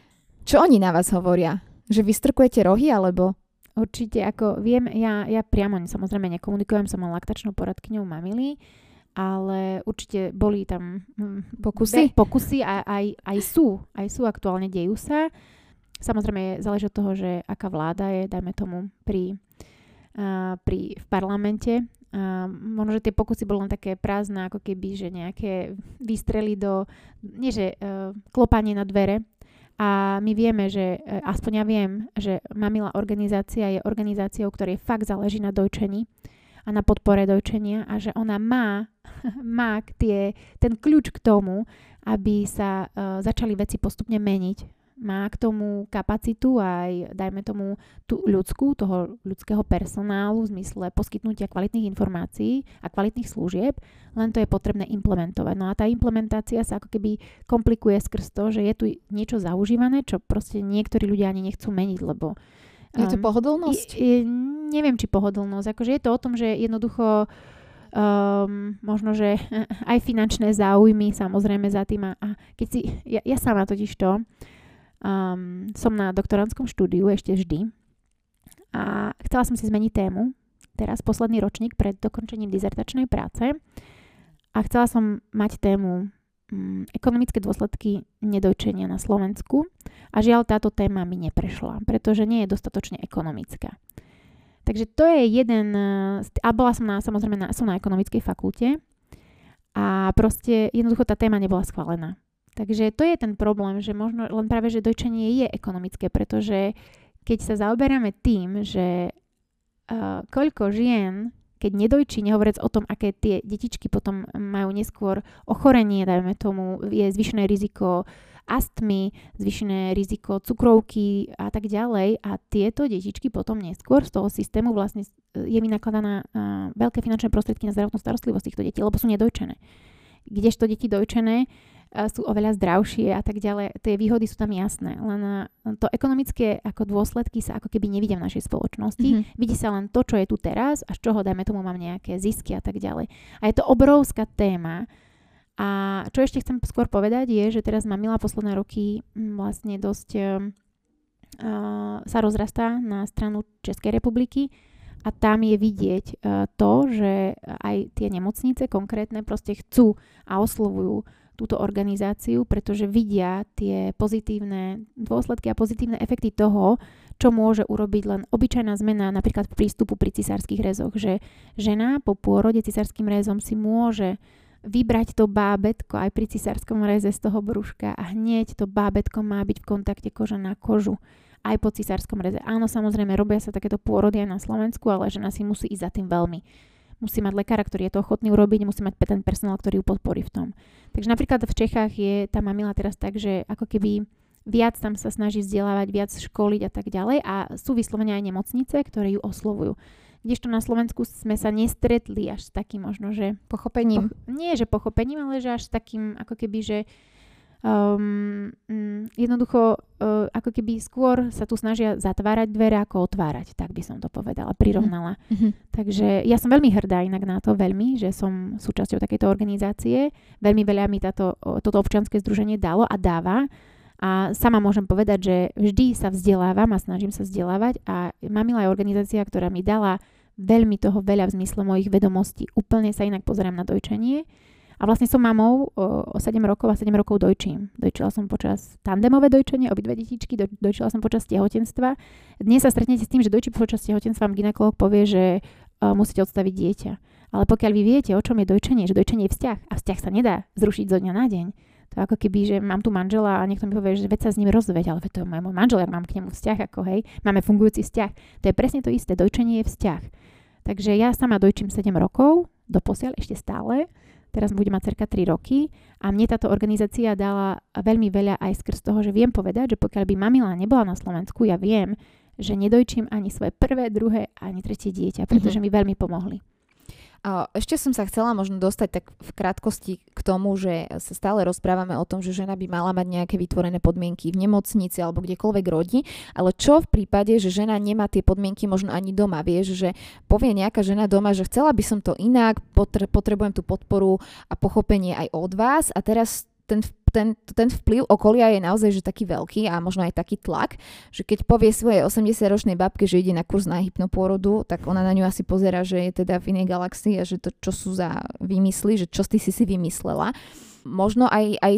čo oni na vás hovoria? Že vystrkujete rohy alebo... Určite, ako viem, ja, ja priamo samozrejme nekomunikujem, som len laktačnou poradkyňou mamily, ale určite boli tam hm, pokusy, pokusy a aj, aj sú, aj sú aktuálne, dejú sa. Samozrejme záleží od toho, že aká vláda je, dajme tomu, pri uh, pri, v parlamente. Uh, možno, že tie pokusy boli len také prázdne, ako keby, že nejaké výstrely do, nie že uh, klopanie na dvere. A my vieme, že, uh, aspoň ja viem, že Mamila organizácia je organizáciou, ktorej fakt záleží na dojčení a na podpore dojčenia a že ona má, má tie, ten kľúč k tomu, aby sa uh, začali veci postupne meniť. Má k tomu kapacitu aj, dajme tomu, tú ľudskú, toho ľudského personálu v zmysle poskytnutia kvalitných informácií a kvalitných služieb, len to je potrebné implementovať. No a tá implementácia sa ako keby komplikuje skrz to, že je tu niečo zaužívané, čo proste niektorí ľudia ani nechcú meniť, lebo... Je to um, pohodlnosť? Je, je, neviem, či pohodlnosť. Akože je to o tom, že jednoducho um, možno, že aj finančné záujmy samozrejme za tým. A, a keď si... Ja, ja sama totiž to... Um, som na doktorandskom štúdiu ešte vždy a chcela som si zmeniť tému, teraz posledný ročník pred dokončením dizertačnej práce a chcela som mať tému um, ekonomické dôsledky nedojčenia na Slovensku a žiaľ táto téma mi neprešla, pretože nie je dostatočne ekonomická. Takže to je jeden, a bola som na, samozrejme na, som na ekonomickej fakulte a proste jednoducho tá téma nebola schválená. Takže to je ten problém, že možno len práve, že dojčenie je ekonomické, pretože keď sa zaoberáme tým, že uh, koľko žien, keď nedojčí, nehovoriac o tom, aké tie detičky potom majú neskôr ochorenie, dajme tomu, je zvýšené riziko astmy, zvýšené riziko cukrovky a tak ďalej a tieto detičky potom neskôr z toho systému vlastne je vynakladaná uh, veľké finančné prostriedky na zdravotnú starostlivosť týchto detí, lebo sú nedojčené. Kdežto deti dojčené sú oveľa zdravšie a tak ďalej. Tie výhody sú tam jasné. Len to ekonomické ako dôsledky sa ako keby nevidia v našej spoločnosti. Mm-hmm. Vidí sa len to, čo je tu teraz a z čoho, dajme tomu, mám nejaké zisky a tak ďalej. A je to obrovská téma. A čo ešte chcem skôr povedať je, že teraz Mamila posledné roky vlastne dosť uh, sa rozrastá na stranu Českej republiky a tam je vidieť uh, to, že aj tie nemocnice konkrétne proste chcú a oslovujú túto organizáciu, pretože vidia tie pozitívne dôsledky a pozitívne efekty toho, čo môže urobiť len obyčajná zmena napríklad v prístupu pri cisárskych rezoch, že žena po pôrode cisárskym rezom si môže vybrať to bábätko aj pri cisárskom reze z toho brúška a hneď to bábätko má byť v kontakte koža na kožu aj po cisárskom reze. Áno, samozrejme, robia sa takéto pôrody aj na Slovensku, ale žena si musí ísť za tým veľmi. Musí mať lekára, ktorý je to ochotný urobiť, musí mať ten personál, ktorý ju podporí v tom. Takže napríklad v Čechách je tá Mamila teraz tak, že ako keby viac tam sa snaží vzdelávať, viac školiť a tak ďalej a sú vyslovene aj nemocnice, ktoré ju oslovujú. Kdežto na Slovensku sme sa nestretli až s takým možno, že... Pochopením. Poch- nie, že pochopením, ale že až s takým ako keby, že Um, jednoducho uh, ako keby skôr sa tu snažia zatvárať dvere ako otvárať, tak by som to povedala, prirovnala. Mm-hmm. Takže ja som veľmi hrdá inak na to, veľmi, že som súčasťou takejto organizácie. Veľmi veľa mi táto, toto občianske združenie dalo a dáva. A sama môžem povedať, že vždy sa vzdelávam a snažím sa vzdelávať a Mamila je organizácia, ktorá mi dala veľmi toho veľa v zmysle mojich vedomostí. Úplne sa inak pozerám na dojčenie. A vlastne som mamou o, o sedem rokov a sedem rokov dojčím. Dojčila som počas tandemové dojčenie, obidve detičky, do, dojčila som počas tehotenstva. Dnes sa stretnete s tým, že dojčí počas tehotenstva vám gynekolog povie, že uh, musíte odstaviť dieťa. Ale pokiaľ vy viete, o čom je dojčenie, že dojčenie je vzťah a vzťah sa nedá zrušiť zo dňa na deň. To je ako keby, že mám tu manžela a niekto mi povie, že veď sa s ním rozveď, ale to je môj manžel, ja mám k nemu vzťah, ako hej, máme fungujúci vzťah. To je presne to isté, dojčenie je vzťah. Takže ja sama dojčím sedem rokov, doposiaľ ešte stále. Teraz bude mať cerka tri roky a mne táto organizácia dala veľmi veľa aj skrz toho, že viem povedať, že pokiaľ by Mamila nebola na Slovensku, ja viem, že nedojčím ani svoje prvé, druhé, ani tretie dieťa, pretože mm-hmm. mi veľmi pomohli. Ešte som sa chcela možno dostať tak v krátkosti k tomu, že sa stále rozprávame o tom, že žena by mala mať nejaké vytvorené podmienky v nemocnici alebo kdekoľvek rodí, ale čo v prípade, že žena nemá tie podmienky možno ani doma, vieš, že povie nejaká žena doma, že chcela by som to inak, potrebujem tú podporu a pochopenie aj od vás a teraz ten Ten, ten vplyv okolia je naozaj že taký veľký a možno aj taký tlak, že keď povie svojej osemdesiatročnej babke, že ide na kurz na hypnopôrodu, tak ona na ňu asi pozerá, že je teda v inej galaxii a že to čo sú za výmysly, že čo ty si si vymyslela. Možno aj, aj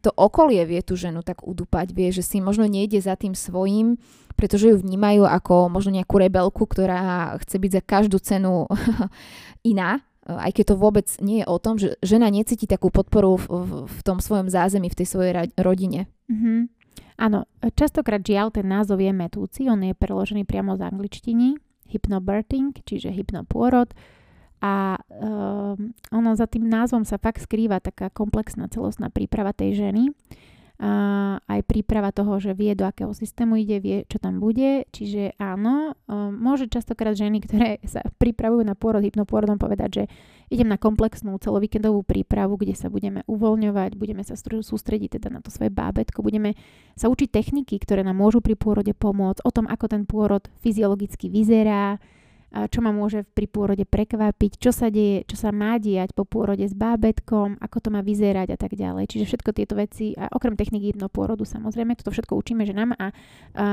to okolie vie tú ženu tak udúpať, vie, že si možno nejde za tým svojím, pretože ju vnímajú ako možno nejakú rebelku, ktorá chce byť za každú cenu iná, aj keď to vôbec nie je o tom, že žena necíti takú podporu v, v, v tom svojom zázemí, v tej svojej ra- rodine. Mm-hmm. Áno, častokrát žiaľ ten názov je metúci, on je preložený priamo z angličtiny, hypnobirthing, čiže hypnopôrod. A um, ono za tým názvom sa fakt skrýva taká komplexná celostná príprava tej ženy. Uh, aj príprava toho, že vie, do akého systému ide, vie, čo tam bude. Čiže áno, um, môže častokrát ženy, ktoré sa pripravujú na pôrod hypnopôrodom, povedať, že idem na komplexnú celovíkendovú prípravu, kde sa budeme uvoľňovať, budeme sa sústrediť teda na to svoje bábätko, budeme sa učiť techniky, ktoré nám môžu pri pôrode pomôcť, o tom, ako ten pôrod fyziologicky vyzerá, čo ma môže pri pôrode prekvapiť, čo sa deje, čo sa má diať po pôrode s bábätkom, ako to má vyzerať a tak ďalej. Čiže všetko tieto veci, a okrem techniky hypnopôrodu samozrejme, toto všetko učíme ženám a, a,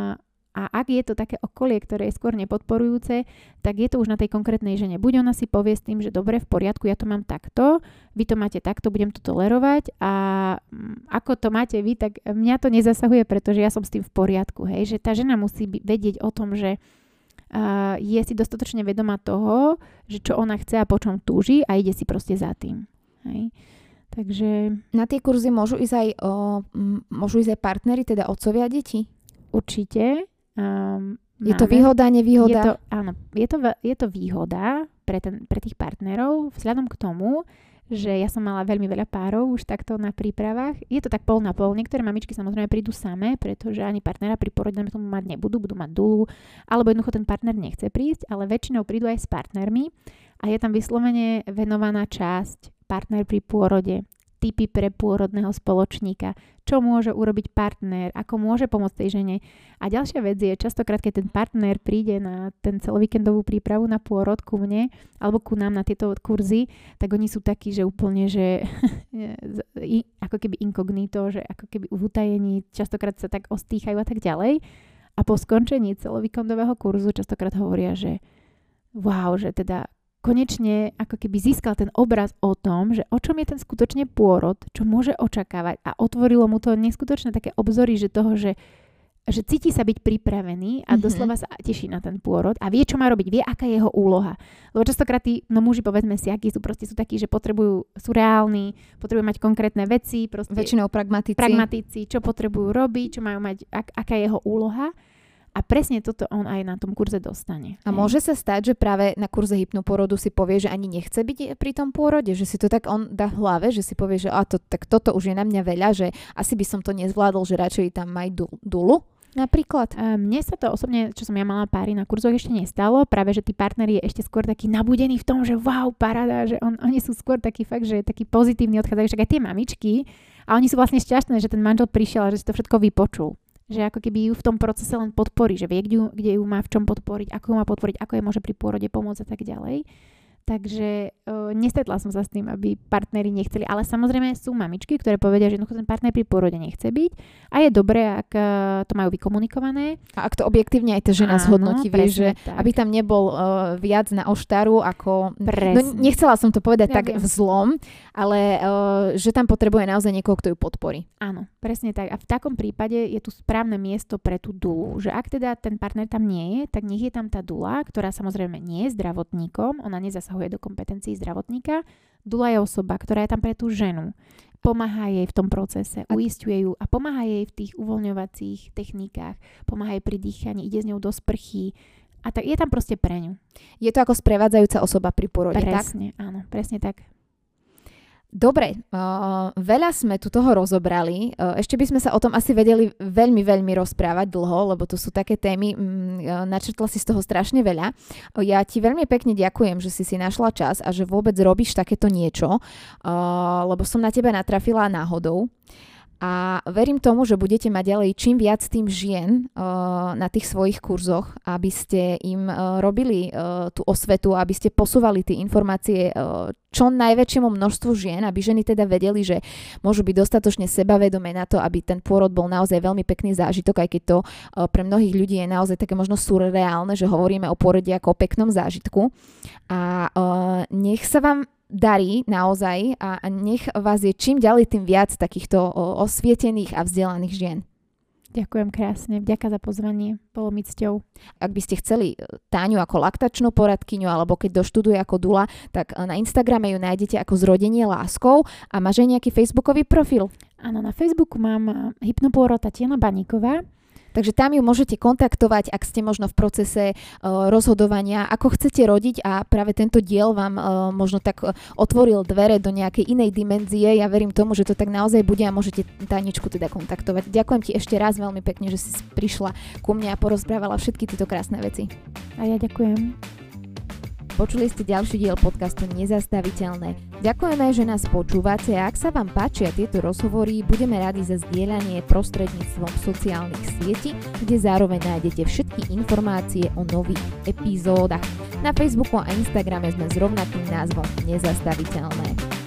a ak je to také okolie, ktoré je skôr nepodporujúce, tak je to už na tej konkrétnej žene. Buď ona si povie s tým, že dobre, v poriadku, ja to mám takto, vy to máte takto, budem to tolerovať a ako to máte vy, tak mňa to nezasahuje, pretože ja som s tým v poriadku. Hej? Že tá žena musí vedieť o tom, že Uh, je si dostatočne vedomá toho, že čo ona chce a po čom túži a ide si proste za tým. Hej. Takže... Na tie kurzy môžu ísť aj, o, m, môžu ísť aj partneri, teda otcovia detí? Určite. Um, je máme. to výhoda, nevýhoda? Je to, áno, je to, je to výhoda pre, ten, pre tých partnerov vzhľadom k tomu, že ja som mala veľmi veľa párov už takto na prípravách. Je to tak pol na pol. Niektoré mamičky samozrejme prídu samé, pretože ani partnera pri porode tomu mať nebudú, budú mať dulu, alebo jednoducho ten partner nechce prísť, ale väčšinou prídu aj s partnermi a je tam vyslovene venovaná časť partner pri pôrode, tipy pre pôrodného spoločníka, čo môže urobiť partner, ako môže pomôcť tej žene. A ďalšia vec je, častokrát, keď ten partner príde na ten celovíkendovú prípravu na pôrod ku mne, alebo ku nám na tieto kurzy, tak oni sú takí, že úplne, že ako keby inkognito, že ako keby v utajení, častokrát sa tak ostýchajú a tak ďalej. A po skončení celovíkendového kurzu častokrát hovoria, že wow, že teda konečne ako keby získal ten obraz o tom, že o čom je ten skutočne pôrod, čo môže očakávať a otvorilo mu to neskutočné také obzory, že toho, že, že cíti sa byť pripravený a mm-hmm. doslova sa teší na ten pôrod a vie, čo má robiť, vie, aká je jeho úloha. Lebo častokrát tí, no muži, povedzme si, akí sú, proste sú takí, že potrebujú, sú reálni, potrebujú mať konkrétne veci, proste väčšinou pragmatici. pragmatici, čo potrebujú robiť, čo majú mať, ak, aká je jeho úloha. A presne toto on aj na tom kurze dostane. A môže sa stať, že práve na kurze hypnopôrodu si povie, že ani nechce byť pri tom pôrode, že si to tak on dá v hlave, že si povie, že a to, tak toto už je na mňa veľa, že asi by som to nezvládol, že radšej tam maj dulu napríklad. A mne sa to osobne, čo som ja mala páry na kurzoch, ešte nestalo. Práve, že tí partneri je ešte skôr taký nabudení v tom, že wow, paráda, že on, oni sú skôr taký fakt, že taký pozitívny odchádzajú, však aj tie mamičky. A oni sú vlastne šťastné, že ten manžel prišiel a že si to všetko vypočul. Že ako keby ju v tom procese len podporí, že vie, kde ju, kde ju má v čom podporiť, ako ju má podporiť, ako jej môže pri pôrode pomôcť a tak ďalej. Takže uh, nestretla som sa s tým, aby partneri nechceli. Ale samozrejme sú mamičky, ktoré povedia, že ten partner pri pôrode nechce byť. A je dobré, ak uh, to majú vykomunikované. A ak to objektívne aj tá žena áno, zhodnotí, vieš, že tak. Aby tam nebol uh, viac na oštaru ako... No, nechcela som to povedať ja tak viem. v zlom, ale uh, že tam potrebuje naozaj niekoho, kto ju podporí. Áno, presne tak. A v takom prípade je tu správne miesto pre tú dulu. Že ak teda ten partner tam nie je, tak nech je tam tá dula, ktorá samozrejme nie je zdravotníkom, ona nezasahuje do kompetencií zdravotníka. Dula je osoba, ktorá je tam pre tú ženu. Pomáha jej v tom procese, uisťuje ju a pomáha jej v tých uvoľňovacích technikách, pomáha jej pri dýchaní, ide s ňou do sprchy a tak je tam proste pre ňu. Je to ako sprevádzajúca osoba pri pôrode, tak? Presne, áno, presne tak. Dobre, uh, veľa sme tu toho rozobrali. Uh, ešte by sme sa o tom asi vedeli veľmi, veľmi rozprávať dlho, lebo to sú také témy, mm, načrtla si z toho strašne veľa. Uh, ja ti veľmi pekne ďakujem, že si si našla čas a že vôbec robíš takéto niečo, uh, lebo som na teba natrafila náhodou. A verím tomu, že budete mať ďalej čím viac tým žien uh, na tých svojich kurzoch, aby ste im uh, robili uh, tú osvetu, aby ste posúvali tie informácie uh, čo najväčšiemu množstvu žien, aby ženy teda vedeli, že môžu byť dostatočne sebavedomé na to, aby ten pôrod bol naozaj veľmi pekný zážitok, aj keď to uh, pre mnohých ľudí je naozaj také možno surreálne, že hovoríme o pôrode ako o peknom zážitku. A uh, nech sa vám darí naozaj a, a nech vás je čím ďalej tým viac takýchto o, osvietených a vzdelaných žien. Ďakujem krásne, vďaka za pozvanie, bolo mi cťou. Ak by ste chceli Táňu ako laktačnú poradkyňu alebo keď doštuduje ako dula, tak na Instagrame ju nájdete ako Zrodenie láskou a máš aj nejaký facebookový profil? Áno, na Facebooku mám hypnopôrod Tatiana Baníková. Takže tam ju môžete kontaktovať, ak ste možno v procese uh, rozhodovania, ako chcete rodiť a práve tento diel vám uh, možno tak uh, otvoril dvere do nejakej inej dimenzie. Ja verím tomu, že to tak naozaj bude a môžete Táničku teda kontaktovať. Ďakujem ti ešte raz veľmi pekne, že si prišla ku mne a porozprávala všetky tieto krásne veci. A ja ďakujem. Počuli ste ďalší diel podcastu Nezastaviteľné. Ďakujeme, že nás počúvate a ak sa vám páčia tieto rozhovory, budeme radi za zdieľanie prostredníctvom sociálnych sietí, kde zároveň nájdete všetky informácie o nových epizódach. Na Facebooku a Instagrame sme s rovnakým názvom Nezastaviteľné.